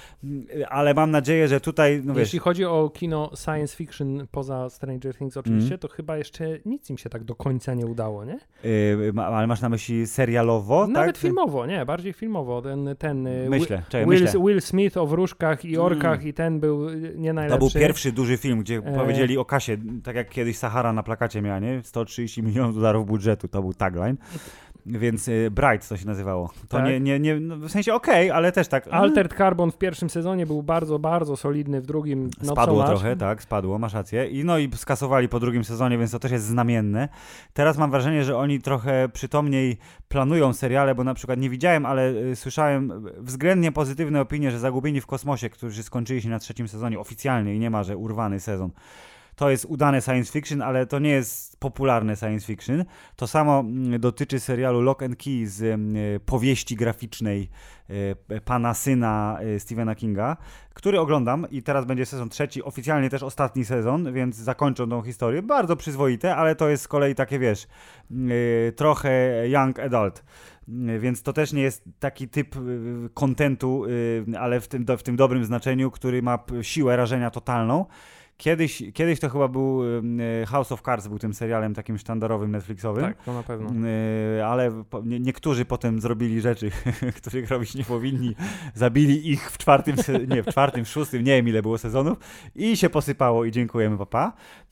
Ale mam nadzieję, że tutaj... No Jeśli wiesz, chodzi o kino science fiction poza Stranger Things oczywiście, mm. to chyba jeszcze nic im się tak do końca nie udało, nie? Yy, ale masz na myśli serialowo? Nawet tak? filmowo, nie, bardziej filmowo. Ten, ten myślę, czekaj, Will, myślę. Will Smith o wróżkach i orkach mm. i ten był nie najlepszy. To był pierwszy duży film, gdzie e... powiedzieli o kasie, tak jak kiedyś Sahara na plakacie miała, nie? sto trzydzieści milionów dolarów budżetu, to był tagline. Więc y, Bright to się nazywało. To tak? nie, nie, nie, no w sensie okej, okay, ale też tak. Altered Carbon w pierwszym sezonie był bardzo, bardzo solidny, w drugim no spadło trochę, tak, spadło, masz rację. I no i skasowali po drugim sezonie, więc to też jest znamienne. Teraz mam wrażenie, że oni trochę przytomniej planują seriale, bo na przykład nie widziałem, ale y, słyszałem względnie pozytywne opinie, że Zagubieni w kosmosie, którzy skończyli się na trzecim sezonie oficjalnie i nie ma, że urwany sezon. To jest udane science fiction, ale to nie jest popularne science fiction. To samo dotyczy serialu Lock and Key z y, powieści graficznej y, pana syna y, Stephena Kinga, który oglądam i teraz będzie sezon trzeci, oficjalnie też ostatni sezon, więc zakończą tą historię. Bardzo przyzwoite, ale to jest z kolei takie, wiesz, y, trochę young adult. Więc to też nie jest taki typ kontentu, y, ale w tym, do, w tym dobrym znaczeniu, który ma siłę rażenia totalną. Kiedyś, kiedyś to chyba był House of Cards, był tym serialem takim sztandarowym Netflixowym. Tak, to na pewno. Ale nie, niektórzy potem zrobili rzeczy, których robić nie powinni. Zabili ich w czwartym, nie, w czwartym, w szóstym, nie wiem ile było sezonów i się posypało i dziękujemy papa.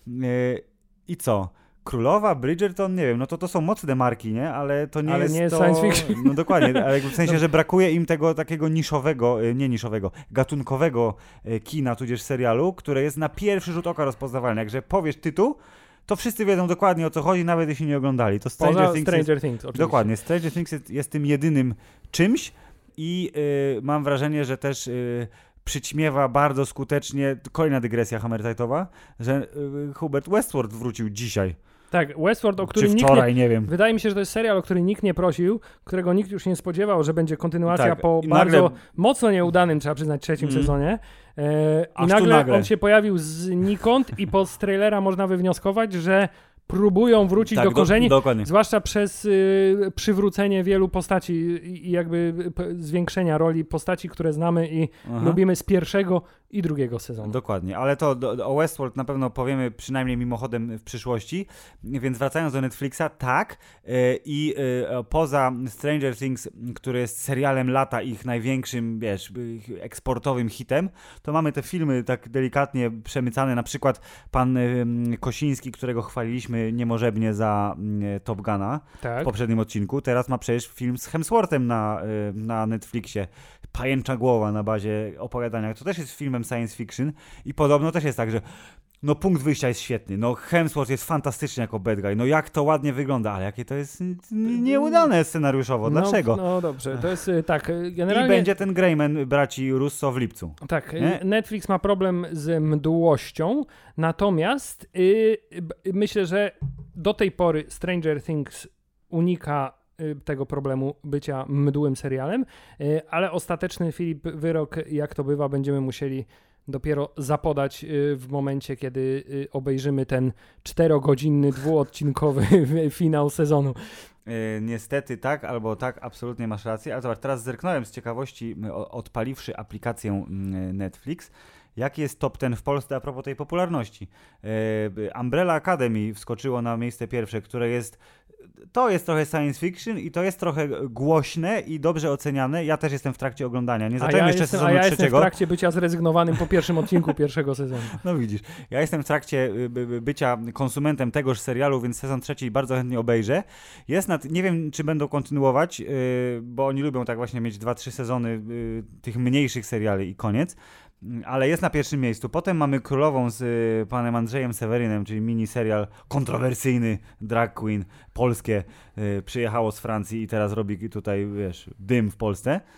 I co? Królowa, Bridgerton, nie wiem, no to to są mocne marki, nie? Ale to nie ale jest nie jest to... science fiction. No dokładnie, ale w sensie, no. że brakuje im tego takiego niszowego, nie niszowego, gatunkowego kina, tudzież serialu, które jest na pierwszy rzut oka rozpoznawalne. Jakże powiesz tytuł, to wszyscy wiedzą dokładnie o co chodzi, nawet jeśli nie oglądali. To Stranger Poza Things Stranger jest... Things, oczywiście. Dokładnie, Stranger Things jest, jest tym jedynym czymś i yy, mam wrażenie, że też... Yy, przyćmiewa bardzo skutecznie, kolejna dygresja Hammertightowa, że yy, Hubert Westward wrócił dzisiaj. Tak, Westworld, o którym Czy wczoraj, nikt nie, nie wiem. Wydaje mi się, że to jest serial, o który nikt nie prosił, którego nikt już nie spodziewał, że będzie kontynuacja tak, po nagle... bardzo mocno nieudanym, trzeba przyznać, trzecim mm. sezonie. E, I nagle, nagle on się pojawił znikąd i po z trailera można wywnioskować, że próbują wrócić tak, do korzeni, do, zwłaszcza przez y, przywrócenie wielu postaci i, i jakby p- zwiększenia roli postaci, które znamy i Aha. lubimy z pierwszego i drugiego sezonu. Dokładnie, ale to do, o Westworld na pewno powiemy przynajmniej mimochodem w przyszłości, więc wracając do Netflixa, tak yy, i yy, poza Stranger Things, który jest serialem lata, ich największym, wiesz, eksportowym hitem, to mamy te filmy tak delikatnie przemycane, na przykład pan yy, Kosiński, którego chwaliliśmy niemożebnie za y, Top Guna tak. w poprzednim odcinku. Teraz ma przecież film z Hemsworthem na, y, na Netflixie. Pajęcza głowa na bazie opowiadania. To też jest filmem science fiction i podobno też jest tak, że no punkt wyjścia jest świetny. No Hemsworth jest fantastyczny jako bad guy. No jak to ładnie wygląda, ale jakie to jest nieudane scenariuszowo. Dlaczego? No, no dobrze, to jest tak. Generalnie... I będzie ten Greyman braci Russo w lipcu. Tak, nie? Netflix ma problem z mdłością, natomiast yy, myślę, że do tej pory Stranger Things unika tego problemu bycia mdłym serialem, ale ostateczny, Filip, wyrok, jak to bywa, będziemy musieli dopiero zapodać w momencie, kiedy obejrzymy ten czterogodzinny, dwuodcinkowy finał sezonu. Niestety tak, albo tak, absolutnie masz rację, ale zobacz, teraz zerknąłem z ciekawości, odpaliwszy aplikację Netflix, jaki jest top ten w Polsce a propos tej popularności. Umbrella Academy wskoczyło na miejsce pierwsze, które jest to jest trochę science fiction i to jest trochę głośne i dobrze oceniane. Ja też jestem w trakcie oglądania. Nie zacząłem ja jeszcze jestem, sezonu a ja trzeciego. jestem w trakcie bycia zrezygnowanym po pierwszym odcinku pierwszego sezonu. No widzisz, ja jestem w trakcie bycia konsumentem tegoż serialu, więc sezon trzeci bardzo chętnie obejrzę. Jest nad, nie wiem, czy będą kontynuować, yy, bo oni lubią tak właśnie mieć dwa, trzy sezony yy, tych mniejszych seriali i koniec. Ale jest na pierwszym miejscu. Potem mamy Królową z y, panem Andrzejem Sewerynem, czyli mini serial kontrowersyjny, drag queen, polskie, y, przyjechało z Francji i teraz robi tutaj, wiesz, dym w Polsce.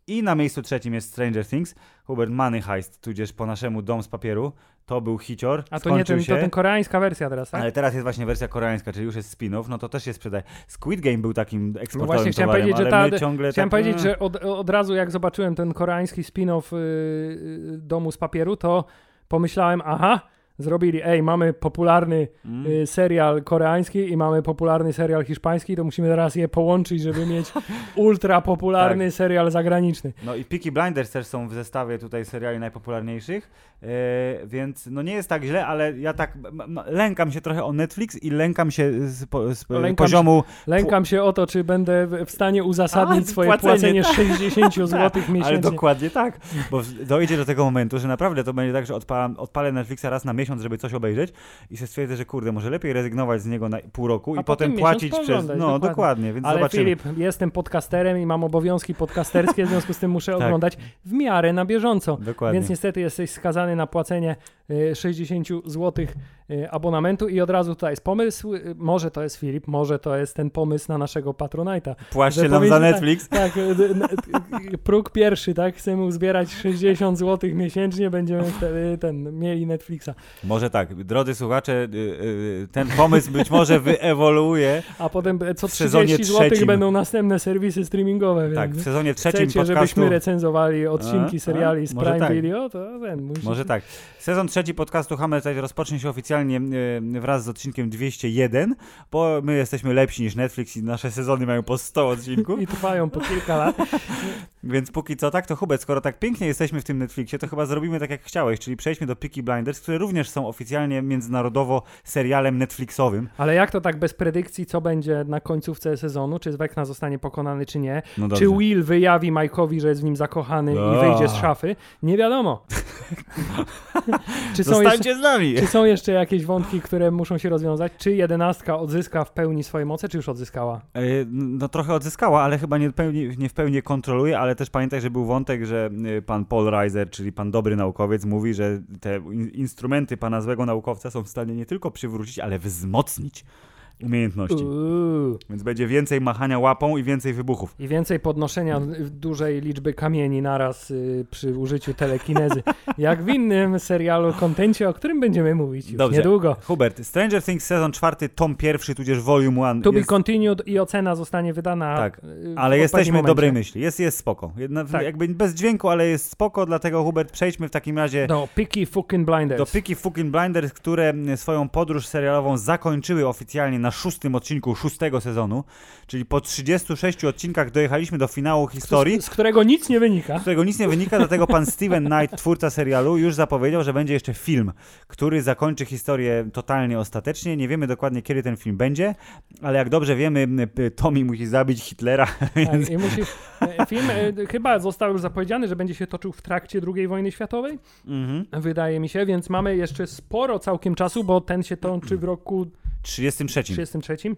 I na miejscu trzecim jest Stranger Things, Hubert Money Heist, tudzież po naszemu Dom z papieru. To był hicior. A to nie ten, to ten koreańska wersja teraz, tak? Ale teraz jest właśnie wersja koreańska, czyli już jest spin-off, no to też się sprzedaje. Squid Game był takim eksportowym no właśnie, chciałem towarem, powiedzieć, ale że ta, my ciągle Chciałem tak, powiedzieć, że od, od razu jak zobaczyłem ten koreański spin-off yy, Domu z papieru, to pomyślałem, aha, zrobili, ej, mamy popularny mm. y, serial koreański i mamy popularny serial hiszpański, to musimy teraz je połączyć, żeby mieć ultra popularny tak. serial zagraniczny. No i Peaky Blinders też są w zestawie tutaj seriali najpopularniejszych, yy, więc no nie jest tak źle, ale ja tak m- m- lękam się trochę o Netflix i lękam się z, po, z lękam poziomu... Się, lękam się o to, czy będę w stanie uzasadnić A, swoje płacenie, płacenie tak. sześćdziesiąt złotych miesięcznie. Ale dokładnie tak, bo dojdzie do tego momentu, że naprawdę to będzie tak, że odpalam, odpalę Netflixa raz na miesiąc, żeby coś obejrzeć i się stwierdzę, że kurde, może lepiej rezygnować z niego na pół roku A i potem płacić przez... No dokładnie, dokładnie więc ale zobaczymy. Filip, jestem podcasterem i mam obowiązki podcasterskie, w związku z tym muszę tak. oglądać w miarę na bieżąco. Dokładnie. Więc niestety jesteś skazany na płacenie y, sześćdziesiąt złotych y, abonamentu i od razu tutaj jest pomysł, y, może to jest Filip, może to jest ten pomysł na naszego Patronite'a. Płaćcie nam za Netflix. Tak, tak y, y, próg pierwszy, tak, chcemy uzbierać sześćdziesiąt złotych miesięcznie, będziemy wtedy ten, mieli Netflixa. Może tak, drodzy słuchacze, y, y, ten pomysł być może wyewoluuje. A potem co trzydzieści złotych będą następne serwisy streamingowe. Tak, więc w sezonie trzecim chcecie, podcastu... żebyśmy recenzowali odcinki a, seriali a, z Prime tak. Video, to ten musisz... Może tak. Sezon trzeci podcastu Hammerzeit rozpocznie się oficjalnie y, wraz z odcinkiem dwieście jeden, bo my jesteśmy lepsi niż Netflix i nasze sezony mają po sto odcinków. I trwają po kilka lat. Więc póki co tak, to Hubert, skoro tak pięknie jesteśmy w tym Netflixie, to chyba zrobimy tak jak chciałeś, czyli przejdźmy do Peaky Blinders, które również są oficjalnie międzynarodowo serialem Netflixowym. Ale jak to tak bez predykcji, co będzie na końcówce sezonu? Czy Vecna zostanie pokonany, czy nie? No czy Will wyjawi Mike'owi, że jest w nim zakochany o. i wyjdzie z szafy? Nie wiadomo. czy, są jeszcze, z nami. czy są jeszcze jakieś wątki, które muszą się rozwiązać? Czy jedenastka odzyska w pełni swoje moce, czy już odzyskała? Yy, no trochę odzyskała, ale chyba nie, pełni, nie w pełni kontroluje, ale też pamiętaj, że był wątek, że pan Paul Reiser, czyli pan dobry naukowiec, mówi, że te in- instrumenty pana złego naukowca są w stanie nie tylko przywrócić, ale wzmocnić umiejętności. Uuu. Więc będzie więcej machania łapą i więcej wybuchów. I więcej podnoszenia dużej liczby kamieni naraz y, przy użyciu telekinezy. Jak w innym serialu, kontencie, o którym będziemy mówić już Dobrze. niedługo. Hubert, Stranger Things sezon czwarty, tom pierwszy, tudzież volume one. To jest... be continued i ocena zostanie wydana. Tak, ale jesteśmy momencie. dobrej myśli. Jest, jest spoko. Jedna, tak. Jakby bez dźwięku, ale jest spoko, dlatego Hubert, przejdźmy w takim razie do Peaky Fucking Blinders. Do Peaky Fucking Blinders, które swoją podróż serialową zakończyły oficjalnie na szóstym odcinku szóstego sezonu, czyli po trzydziestu sześciu odcinkach dojechaliśmy do finału historii. Z, z którego nic nie wynika. Z którego nic nie wynika, dlatego pan Steven Knight, twórca serialu, już zapowiedział, że będzie jeszcze film, który zakończy historię totalnie ostatecznie. Nie wiemy dokładnie, kiedy ten film będzie, ale jak dobrze wiemy, Tommy musi zabić Hitlera. Więc... Tak, i musi... Film e, chyba został już zapowiedziany, że będzie się toczył w trakcie drugiej wojny światowej. Mm-hmm. Wydaje mi się, więc mamy jeszcze sporo całkiem czasu, bo ten się toczy w roku trzydziestym trzecim. trzydziestym trzecim.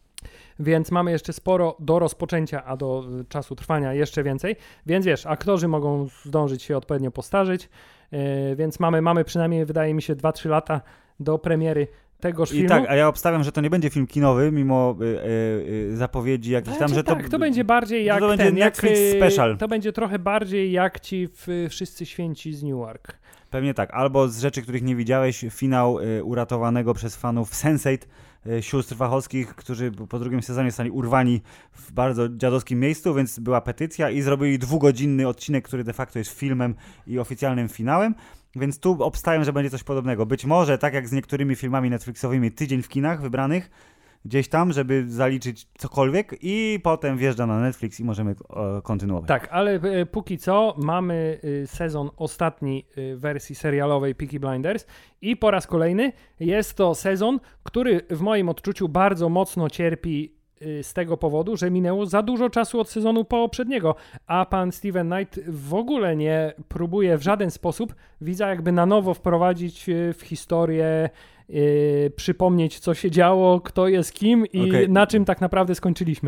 Więc mamy jeszcze sporo do rozpoczęcia, a do czasu trwania jeszcze więcej. Więc wiesz, aktorzy mogą zdążyć się odpowiednio postarzyć, yy, więc mamy, mamy przynajmniej, wydaje mi się, dwa trzy lata do premiery tegoż filmu. I tak, a ja obstawiam, że to nie będzie film kinowy, mimo y, y, y, zapowiedzi jakichś tam, że tak, to... to będzie bardziej jak to ten, będzie Netflix jak, special. To będzie trochę bardziej jak ci w Wszyscy Święci z Newark. Pewnie tak, albo z rzeczy, których nie widziałeś, finał y, uratowanego przez fanów sense eight, y, sióstr Wachowskich, którzy po drugim sezonie zostali urwani w bardzo dziadowskim miejscu, więc była petycja i zrobili dwugodzinny odcinek, który de facto jest filmem i oficjalnym finałem. Więc tu obstawiam, że będzie coś podobnego. Być może, tak jak z niektórymi filmami Netflixowymi, tydzień w kinach wybranych, gdzieś tam, żeby zaliczyć cokolwiek i potem wjeżdża na Netflix i możemy e, kontynuować. Tak, ale e, póki co mamy e, sezon ostatni e, wersji serialowej Peaky Blinders i po raz kolejny jest to sezon, który w moim odczuciu bardzo mocno cierpi z tego powodu, że minęło za dużo czasu od sezonu poprzedniego, a pan Steven Knight w ogóle nie próbuje w żaden sposób widza jakby na nowo wprowadzić w historię yy, przypomnieć, co się działo, kto jest kim i okay. na czym tak naprawdę skończyliśmy.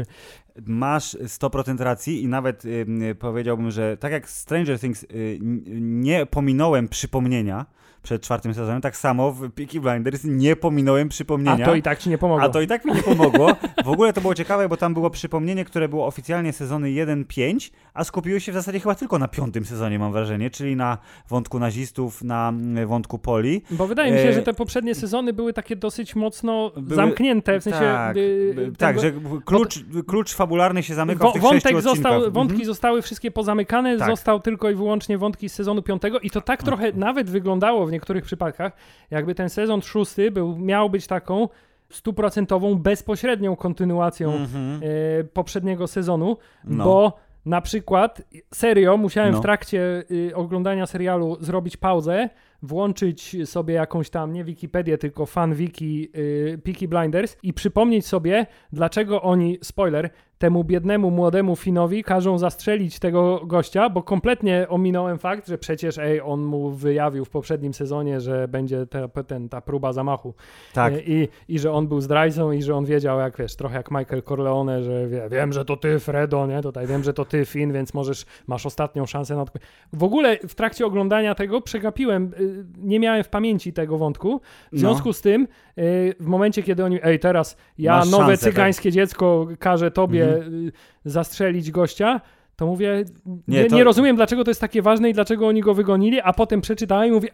Masz sto procent racji i nawet yy, powiedziałbym, że tak jak Stranger Things yy, nie pominąłem przypomnienia przed czwartym sezonem, tak samo w Peaky Blinders nie pominąłem przypomnienia. A to i tak ci nie pomogło. A to i tak mi nie pomogło. W ogóle to było ciekawe, bo tam było przypomnienie, które było oficjalnie sezony jeden pięć, a skupiło się w zasadzie chyba tylko na piątym sezonie, mam wrażenie, czyli na wątku nazistów, na wątku Poli. Bo wydaje mi się, e... że te poprzednie sezony były takie dosyć mocno były... zamknięte, w sensie... Tak, y... ten... tak że klucz, Od... klucz fabularny się zamykał w tych wątek sześciu został, odcinkach. Wątki mhm. zostały wszystkie pozamykane, tak. został tylko i wyłącznie wątki z sezonu piątego i to tak trochę mhm. nawet wyglądało w niektórych przypadkach, jakby ten sezon szósty był, miał być taką stuprocentową, bezpośrednią kontynuacją mm-hmm. e, poprzedniego sezonu, no. bo na przykład serio musiałem no. w trakcie y, oglądania serialu zrobić pauzę, włączyć sobie jakąś tam, nie Wikipedię, tylko fanwiki y, Peaky Blinders i przypomnieć sobie, dlaczego oni, spoiler, temu biednemu, młodemu Finnowi każą zastrzelić tego gościa, bo kompletnie ominąłem fakt, że przecież ej, on mu wyjawił w poprzednim sezonie, że będzie te, ten, ta próba zamachu. Tak. I, I że on był zdrajcą i że on wiedział, jak wiesz, trochę jak Michael Corleone, że wie, wiem, że to ty, Fredo, nie? Tutaj wiem, że to ty, Finn, więc możesz, masz ostatnią szansę na... W ogóle w trakcie oglądania tego przegapiłem, nie miałem w pamięci tego wątku. W związku no. z tym, w momencie, kiedy oni, ej, teraz ja, masz nowe szansę, cygańskie tak? dziecko, każę tobie mhm. zastrzelić gościa, to mówię, nie, nie, to... nie rozumiem, dlaczego to jest takie ważne i dlaczego oni go wygonili, a potem przeczytałem i mówię,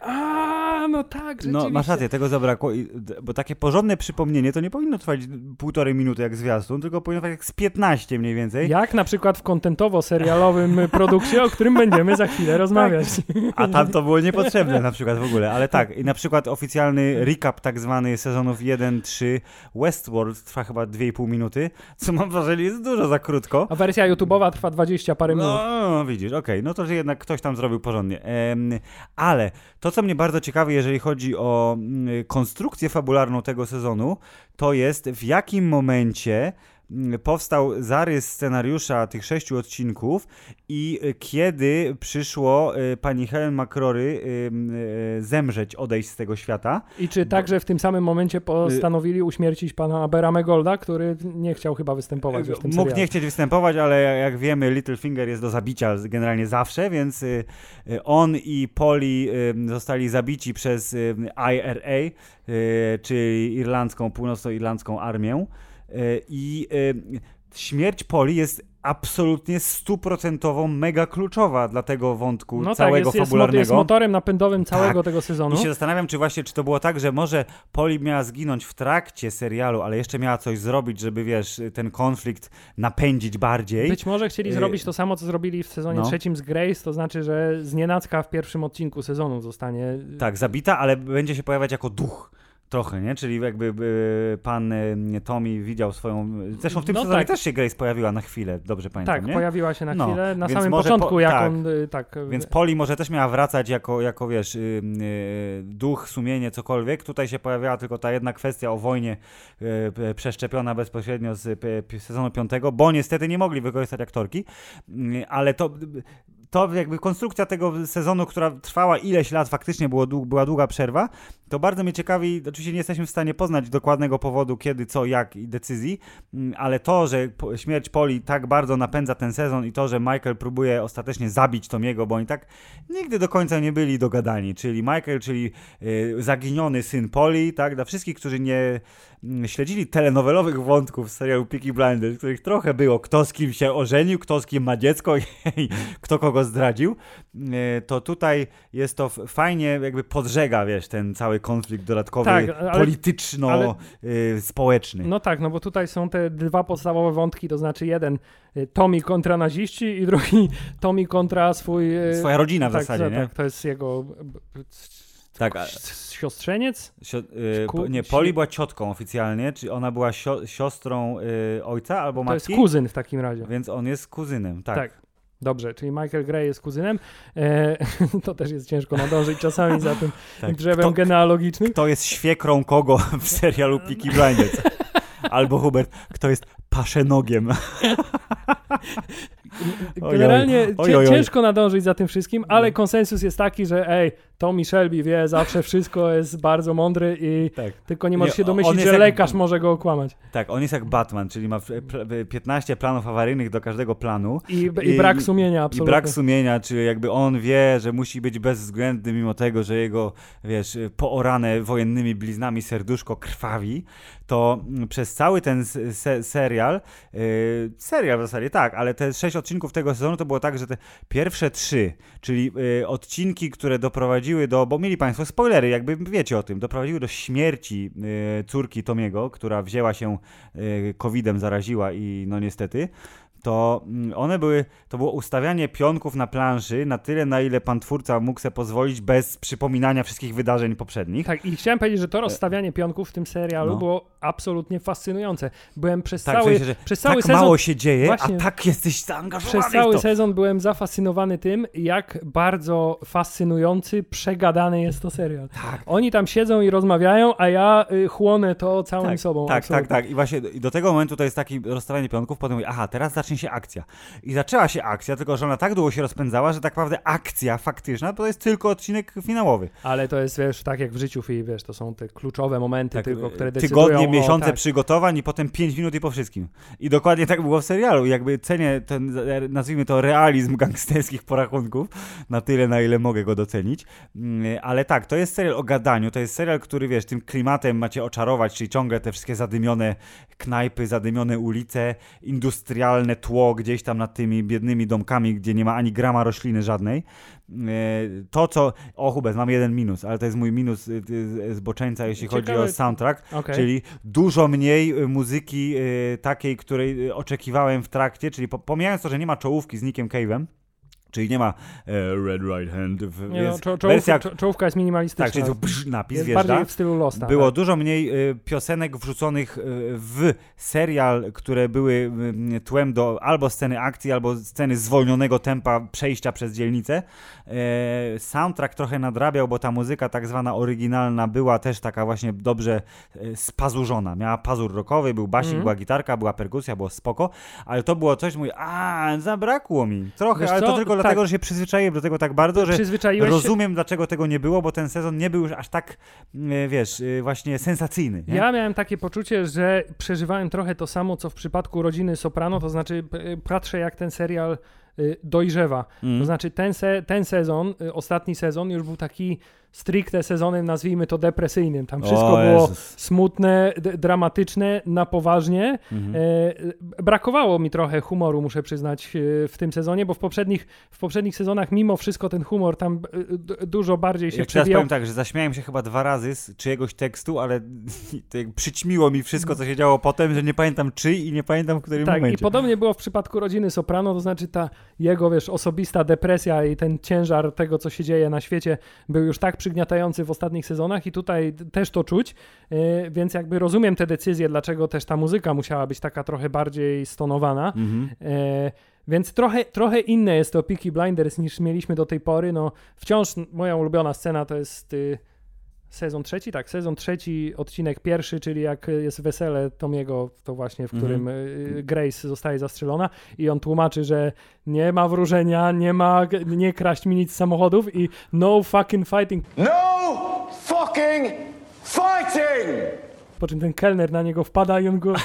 a no tak, rzeczywiście. No masz rację, tego zabrakło, bo takie porządne przypomnienie to nie powinno trwać półtorej minuty jak zwiastun, tylko powinno trwać jak z piętnaście mniej więcej. Jak na przykład w kontentowo-serialowym produkcie, o którym będziemy za chwilę rozmawiać. Tak. A tam to było niepotrzebne na przykład w ogóle, ale tak, i na przykład oficjalny recap tak zwany sezonów jeden trzy Westworld trwa chyba dwie i pół minuty, co mam wrażenie jest dużo za krótko. A wersja YouTube'owa trwa dwadzieścia parę minut. No, widzisz, okej, okay. no to że jednak ktoś tam zrobił porządnie. Ehm, ale to, co mnie bardzo ciekawi, jeżeli chodzi o mm, konstrukcję fabularną tego sezonu, to jest w jakim momencie powstał zarys scenariusza tych sześciu odcinków i kiedy przyszło y, pani Helen McCrory y, y, zemrzeć, odejść z tego świata. I czy także w tym samym momencie postanowili uśmiercić pana Abera Megolda, który nie chciał chyba występować w tym Mógł serialu. nie chcieć występować, ale jak wiemy, Littlefinger jest do zabicia generalnie zawsze, więc y, on i Polly y, zostali zabici przez y, I R A, y, czyli irlandzką, północnoirlandzką armię. I y, śmierć Poli jest absolutnie stuprocentową, mega kluczowa dla tego wątku no całego tak, jest, fabularnego. Jest motorem napędowym całego tak. tego sezonu. I się zastanawiam, czy właśnie, czy to było tak, że może Poli miała zginąć w trakcie serialu, ale jeszcze miała coś zrobić, żeby, wiesz, ten konflikt napędzić bardziej. Być może chcieli y- zrobić to samo, co zrobili w sezonie no. trzecim z Grace, to znaczy, że znienacka w pierwszym odcinku sezonu zostanie... Tak, zabita, ale będzie się pojawiać jako duch. Trochę, nie? Czyli jakby y, pan y, Tommy widział swoją... Zresztą w tym no sezonie tak. też się Grace pojawiła na chwilę, dobrze pamiętam, tak, nie? Tak, pojawiła się na no, chwilę, na samym początku, po, jak tak. on... Y, tak. Więc Poli może też miała wracać jako, jako wiesz, y, y, duch, sumienie, cokolwiek. Tutaj się pojawiała tylko ta jedna kwestia o wojnie y, y, przeszczepiona bezpośrednio z y, sezonu piątego, bo niestety nie mogli wykorzystać aktorki, y, ale to... To jakby konstrukcja tego sezonu, która trwała ileś lat, faktycznie było dług, była długa przerwa, to bardzo mnie ciekawi, oczywiście nie jesteśmy w stanie poznać dokładnego powodu, kiedy, co, jak i decyzji, ale to, że śmierć Poli tak bardzo napędza ten sezon i to, że Michael próbuje ostatecznie zabić Tomiego, bo oni tak nigdy do końca nie byli dogadani, czyli Michael, czyli y, zaginiony syn Poli, tak, dla wszystkich, którzy nie śledzili telenowelowych wątków z serialu Peaky Blinders, których trochę było, kto z kim się ożenił, kto z kim ma dziecko i kto kogo zdradził, to tutaj jest to fajnie jakby podżega, wiesz, ten cały konflikt dodatkowy, tak, polityczno-społeczny. No tak, no bo tutaj są te dwa podstawowe wątki, to znaczy jeden Tommy kontra naziści i drugi Tommy kontra swój... Swoja rodzina w tak, zasadzie, nie? Tak, to jest jego... Tak, siostrzeniec? Sio, yy, po, nie, Poli była ciotką oficjalnie, czyli ona była sio, siostrą yy, ojca albo to matki. To jest kuzyn w takim razie. Więc on jest kuzynem, tak. Tak. Dobrze, czyli Michael Gray jest kuzynem. E, to też jest ciężko nadążyć czasami za tym tak. drzewem kto, genealogicznym. Kto jest świekrą kogo w serialu Peaky Blinders? Albo Hubert, kto jest paszenogiem? generalnie oj, oj. Oj, oj, oj. ciężko nadążyć za tym wszystkim, ale konsensus jest taki, że ej, Tommy Shelby wie zawsze wszystko, jest bardzo mądry i tak. tylko nie może się domyślić, że jak, lekarz może go okłamać. Tak, on jest jak Batman, czyli ma piętnaście planów awaryjnych do każdego planu. I, i, i brak sumienia, absolutnie. I brak sumienia, czyli jakby on wie, że musi być bezwzględny mimo tego, że jego, wiesz, poorane wojennymi bliznami serduszko krwawi, to przez cały ten se- serial, yy, serial w zasadzie tak, ale te sześć odcinków tego sezonu to było tak, że te pierwsze trzy, czyli yy, odcinki, które doprowadziły do, bo mieli państwo spoilery, jakby wiecie o tym, doprowadziły do śmierci yy, córki Tomiego, która wzięła się yy, kowidem, zaraziła i no niestety, to one były, to było ustawianie pionków na planszy na tyle, na ile pan twórca mógł sobie pozwolić bez przypominania wszystkich wydarzeń poprzednich. Tak, i chciałem powiedzieć, że to rozstawianie pionków w tym serialu no. było absolutnie fascynujące. Byłem przez tak, cały, w sensie, że przez cały tak sezon... mało się dzieje, właśnie, a tak jesteś zaangażowany Przez cały w to. sezon byłem zafascynowany tym, jak bardzo fascynujący, przegadany jest to serial. Tak. Oni tam siedzą i rozmawiają, a ja y, chłonę to całym tak, sobą. Tak, absolutnie. tak, tak. I właśnie do tego momentu to jest taki rozstawianie pionków, potem mówię, aha, teraz zacznie się akcja. I zaczęła się akcja, tylko że ona tak długo się rozpędzała, że tak naprawdę akcja faktyczna to jest tylko odcinek finałowy. Ale to jest, wiesz, tak jak w życiu, Filip, wiesz, to są te kluczowe momenty, tak, tylko, które decydują tygodnie, miesiące o, tak. przygotowań i potem pięć minut i po wszystkim. I dokładnie tak było w serialu. Jakby cenię ten, nazwijmy to, realizm gangsterskich porachunków na tyle, na ile mogę go docenić. Ale tak, to jest serial o gadaniu, to jest serial, który, wiesz, tym klimatem macie oczarować, czyli ciągle te wszystkie zadymione knajpy, zadymione ulice, industrialne tło gdzieś tam nad tymi biednymi domkami, gdzie nie ma ani grama rośliny żadnej. To, co... O, Hubert, mam jeden minus, ale to jest mój minus zboczeńca, jeśli Ciekawe... chodzi o soundtrack, okay. Czyli dużo mniej muzyki takiej, której oczekiwałem w trakcie, czyli pomijając to, że nie ma czołówki z Nickiem Cave'em, czyli nie ma e, Red Right Hand. W, nie no, czo- czołówka, wersja, czołówka jest minimalistyczna. Tak, czyli to psz, napis jest wjeżdża. Bardziej w stylu Losta. Było tak. dużo mniej y, piosenek wrzuconych y, w serial, które były y, tłem do albo sceny akcji, albo sceny zwolnionego tempa przejścia przez dzielnicę. Y, soundtrack trochę nadrabiał, bo ta muzyka tak zwana oryginalna była też taka właśnie dobrze y, spazurzona. Miała pazur rockowy, był basik, mm. była gitarka, była perkusja, było spoko, ale to było coś, mówię, a zabrakło mi trochę, Wiesz ale co? to tylko dlatego, tak. że się przyzwyczaiłem do tego tak bardzo, że rozumiem, się... dlaczego tego nie było, bo ten sezon nie był już aż tak, wiesz, właśnie sensacyjny. Nie? Ja miałem takie poczucie, że przeżywałem trochę to samo, co w przypadku Rodziny Soprano, to znaczy patrzę, jak ten serial dojrzewa. Mm. To znaczy ten, se, ten sezon, ostatni sezon już był taki stricte sezonem, nazwijmy to depresyjnym. Tam wszystko o, było Jezus. smutne, d- dramatyczne, na poważnie. Mm-hmm. E, brakowało mi trochę humoru, muszę przyznać, e, w tym sezonie, bo w poprzednich, w poprzednich sezonach mimo wszystko ten humor tam e, d- dużo bardziej się ja przebijał. Teraz powiem tak, że zaśmiałem się chyba dwa razy z czyjegoś tekstu, ale to jak przyćmiło mi wszystko, co się działo potem, że nie pamiętam czyj i nie pamiętam w którym tak, momencie. Tak, i podobnie było w przypadku Rodziny Soprano, to znaczy ta jego, wiesz, osobista depresja i ten ciężar tego, co się dzieje na świecie, był już tak przygniatający w ostatnich sezonach i tutaj też to czuć, yy, więc jakby rozumiem te decyzje, dlaczego też ta muzyka musiała być taka trochę bardziej stonowana, mm-hmm. yy, więc trochę, trochę inne jest to Peaky Blinders niż mieliśmy do tej pory. No, wciąż moja ulubiona scena to jest yy, sezon trzeci, tak, sezon trzeci, odcinek pierwszy, czyli jak jest wesele Tomiego, to właśnie, w którym mm-hmm. Grace zostaje zastrzelona i on tłumaczy, że nie ma wróżenia, nie ma, nie kraść mi nic z samochodów i no fucking fighting. No fucking fighting! Po czym ten kelner na niego wpada i on go...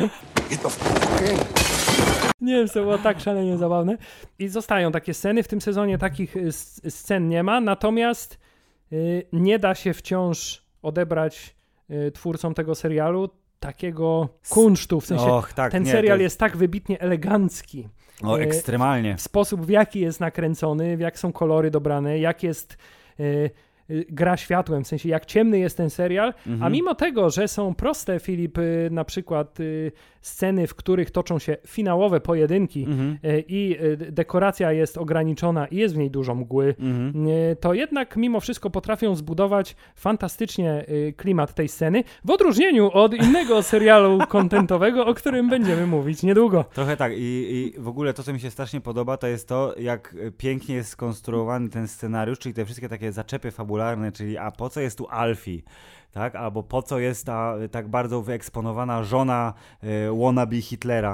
Nie wiem, to było tak szalenie zabawne. I zostają takie sceny, w tym sezonie takich scen nie ma, natomiast nie da się wciąż odebrać twórcom tego serialu takiego kunsztu, w sensie Och, tak, ten nie, serial jest... jest tak wybitnie elegancki. O, ekstremalnie. W sposób, w jaki jest nakręcony, w jak są kolory dobrane, jak jest y, y, gra światłem, w sensie jak ciemny jest ten serial, mhm. a mimo tego, że są proste, Filip, y, na przykład y, sceny, w których toczą się finałowe pojedynki mhm. y, i y, dekoracja jest ograniczona i jest w niej dużo mgły, mhm. y, to jednak mimo wszystko potrafią zbudować fantastycznie y, klimat tej sceny, w odróżnieniu od innego serialu kontentowego, o którym będziemy mówić niedługo. Trochę tak i, i w ogóle to, co mi się strasznie podoba, to jest to, jak pięknie jest skonstruowany ten scenariusz, czyli te wszystkie takie zaczepy fabularne, czyli a po co jest tu Alfie? Tak? Albo po co jest ta tak bardzo wyeksponowana żona e, wannabe Hitlera,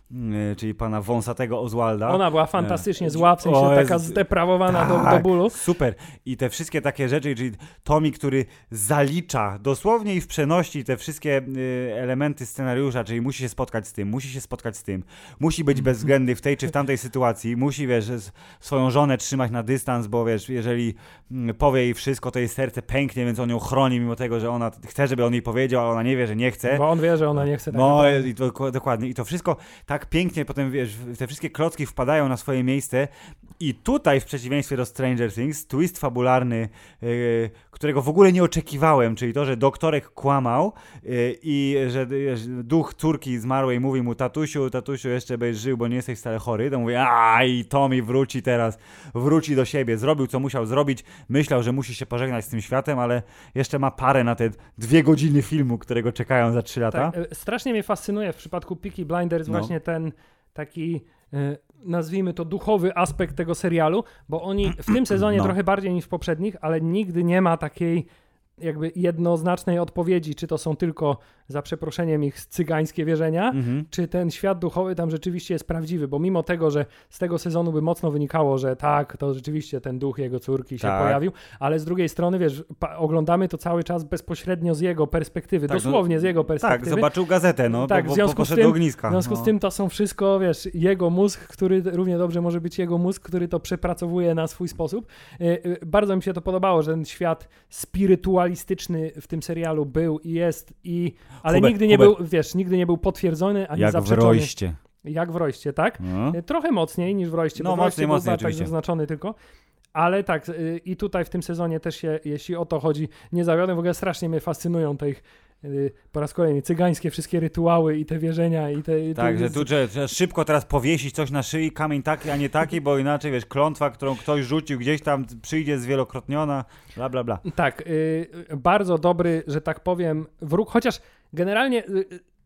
czyli pana wąsatego Oswalda. Ona była fantastycznie zła, w sensie o, taka zdeprawowana tak, do, do bólu. Super. I te wszystkie takie rzeczy, czyli Tommy, który zalicza dosłownie i w przenośni te wszystkie y, elementy scenariusza, czyli musi się spotkać z tym, musi się spotkać z tym, musi być bezwzględny w tej czy w tamtej sytuacji, musi, wiesz, swoją żonę trzymać na dystans, bo wiesz, jeżeli y, powie jej wszystko, to jej serce pęknie, więc on ją chroni, mimo tego, że ona chce, żeby on jej powiedział, ale ona nie wie, że nie chce. Bo on wie, że ona nie chce. Tak no i to, dokładnie. I to wszystko tak pięknie potem, wiesz, te wszystkie klocki wpadają na swoje miejsce i tutaj w przeciwieństwie do Stranger Things twist fabularny, yy, którego w ogóle nie oczekiwałem, czyli to, że doktorek kłamał yy, i że yy, duch córki zmarłej mówi mu tatusiu, tatusiu jeszcze byś żył, bo nie jesteś wcale chory, to mówi a i Tommy wróci teraz, wróci do siebie, zrobił co musiał zrobić, myślał, że musi się pożegnać z tym światem, ale jeszcze ma parę na te dwie godziny filmu, którego czekają za trzy lata. Tak, strasznie mnie fascynuje w przypadku Peaky Blinders no. właśnie ten taki, nazwijmy to, duchowy aspekt tego serialu, bo oni w tym sezonie no. trochę bardziej niż w poprzednich, ale nigdy nie ma takiej jakby jednoznacznej odpowiedzi, czy to są tylko, za przeproszeniem, ich cygańskie wierzenia, mm-hmm. czy ten świat duchowy tam rzeczywiście jest prawdziwy, bo mimo tego, że z tego sezonu by mocno wynikało, że tak, to rzeczywiście ten duch jego córki się tak. pojawił, ale z drugiej strony, wiesz, pa- oglądamy to cały czas bezpośrednio z jego perspektywy, tak, dosłownie no, z jego perspektywy. Tak, zobaczył gazetę, no, tak, bo, w związku bo poszedł z tym, do ogniska. W związku no. z tym to są wszystko, wiesz, jego mózg, który równie dobrze może być jego mózg, który to przepracowuje na swój sposób. Bardzo mi się to podobało, że ten świat spirytualistyczny w tym serialu był i jest, i ale Hubert, nigdy nie Hubert. był, wiesz, nigdy nie był potwierdzony, ani jak zaprzeczony. Jak w Royście. Jak w Royście, tak? No. Trochę mocniej niż w Royście, no, bo w Royście mocniej, był mocniej, tak zaznaczony tylko. Ale tak, i tutaj w tym sezonie też się, jeśli o to chodzi, nie zawiodłem. W ogóle strasznie mnie fascynują te ich, po raz kolejny, cygańskie wszystkie rytuały i te wierzenia. I te, i tak, te... że tu trzeba, trzeba szybko teraz powiesić coś na szyi, kamień taki, a nie taki, bo inaczej, wiesz, klątwa, którą ktoś rzucił gdzieś tam, przyjdzie zwielokrotniona, bla, bla, bla. Tak, y, bardzo dobry, że tak powiem, wróg, chociaż generalnie y,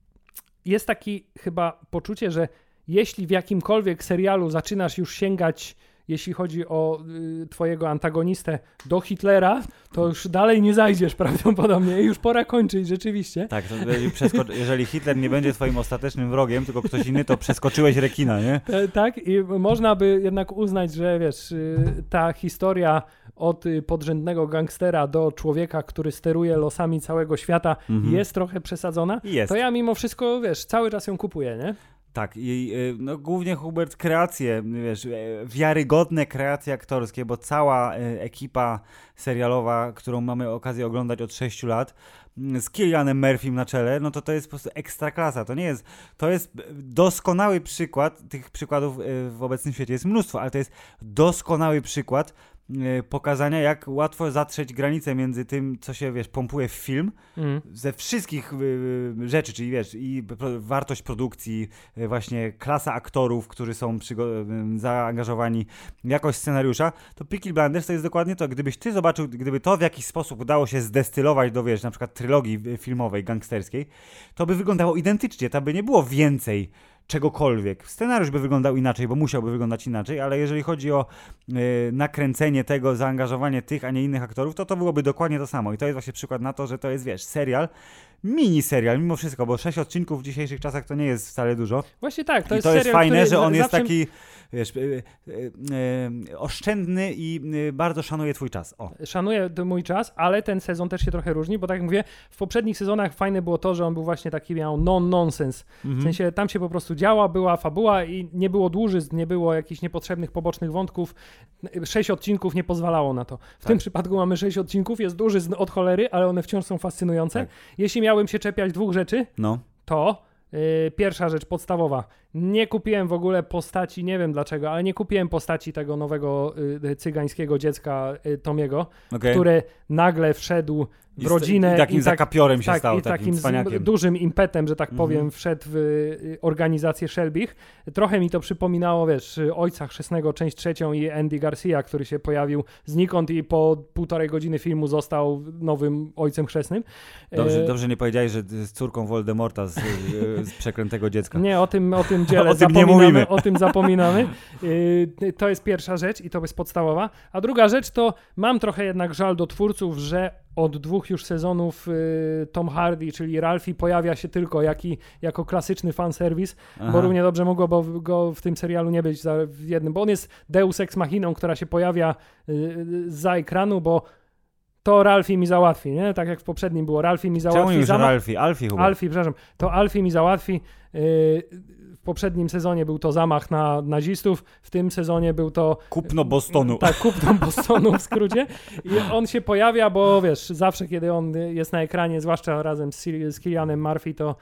jest taki chyba poczucie, że jeśli w jakimkolwiek serialu zaczynasz już sięgać, jeśli chodzi o y, twojego antagonistę, do Hitlera, to już dalej nie zajdziesz prawdopodobnie. Już pora kończyć, rzeczywiście. Tak, to przesko- jeżeli Hitler nie będzie twoim ostatecznym wrogiem, tylko ktoś inny, to przeskoczyłeś rekina, nie? E, tak, i można by jednak uznać, że wiesz, y, ta historia od y, podrzędnego gangstera do człowieka, który steruje losami całego świata, mhm. jest trochę przesadzona. Jest. To ja mimo wszystko, wiesz, cały czas ją kupuję, nie? Tak, i no, głównie Hubert kreacje, wiesz, wiarygodne kreacje aktorskie, bo cała ekipa serialowa, którą mamy okazję oglądać od sześciu lat, z Cillianem Murphym na czele, no to to jest po prostu ekstraklasa. To nie jest, to jest doskonały przykład, tych przykładów w obecnym świecie jest mnóstwo, ale to jest doskonały przykład pokazania, jak łatwo zatrzeć granicę między tym, co się, wiesz, pompuje w film, mm. ze wszystkich y, rzeczy, czyli wiesz, i pro, wartość produkcji, y, właśnie klasa aktorów, którzy są przygo- y, zaangażowani, jakość scenariusza, to Peaky Blinders to jest dokładnie to. Gdybyś ty zobaczył, gdyby to w jakiś sposób udało się zdestylować do, wiesz, na przykład trylogii filmowej, gangsterskiej, to by wyglądało identycznie, tam by nie było więcej czegokolwiek. Scenariusz by wyglądał inaczej, bo musiałby wyglądać inaczej, ale jeżeli chodzi o yy, nakręcenie tego, zaangażowanie tych, a nie innych aktorów, to to byłoby dokładnie to samo. I to jest właśnie przykład na to, że to jest, wiesz, serial, mini serial, mimo wszystko, bo sześć odcinków w dzisiejszych czasach to nie jest wcale dużo. Właśnie tak, to I jest to serial, jest fajne, że on zawsze... jest taki, wiesz, yy, yy, yy, oszczędny i yy, bardzo szanuje twój czas. O. Szanuje mój czas, ale ten sezon też się trochę różni, bo tak jak mówię, w poprzednich sezonach fajne było to, że on był właśnie taki, miał non-nonsense. Mhm. W sensie tam się po prostu działa, była fabuła i nie było dłużyzn, nie było jakichś niepotrzebnych pobocznych wątków. Sześć odcinków nie pozwalało na to. W tak. tym przypadku mamy sześć odcinków, jest dłużyzn od cholery, ale one wciąż są fascynujące. Tak. Jeśli miałem się czepiać dwóch rzeczy, no. to yy, pierwsza rzecz podstawowa. Nie kupiłem w ogóle postaci, nie wiem dlaczego, ale nie kupiłem postaci tego nowego y, cygańskiego dziecka y, Tomiego, okay. który nagle wszedł w rodzinę. I takim i tak, zakapiorem się tak, stał, i takim takim dużym impetem, że tak mm-hmm. powiem, wszedł w y, organizację Shelbych. Trochę mi to przypominało, wiesz, Ojca Chrzestnego, część trzecią i Andy Garcia, który się pojawił znikąd i po półtorej godziny filmu został nowym Ojcem Chrzestnym. Dobrze, e... dobrze nie powiedziałeś, że z córką Voldemorta z, z Przeklętego Dziecka. Nie, o tym, o tym tym dziele o tym zapominamy, nie mówimy. o tym zapominamy. Yy, to jest pierwsza rzecz i to jest podstawowa. A druga rzecz to mam trochę jednak żal do twórców, że od dwóch już sezonów yy, Tom Hardy, czyli Ralphie, pojawia się tylko jaki, jako klasyczny fanserwis, Aha. bo równie dobrze mogło go w tym serialu nie być za, w jednym, bo on jest Deus Ex Machiną, która się pojawia yy, za ekranu, bo to Ralphie mi załatwi, nie? Tak jak w poprzednim było. Ralphie mi załatwi. Czemu już zamach... Ralphie? Alfie chyba. Alfie, przepraszam. To Alfie mi załatwi. Yy, w poprzednim sezonie był to zamach na nazistów, w tym sezonie był to... Kupno Bostonu. Tak, kupno Bostonu w skrócie. I on się pojawia, bo wiesz, zawsze kiedy on jest na ekranie, zwłaszcza razem z, z Cillianem Murphy, to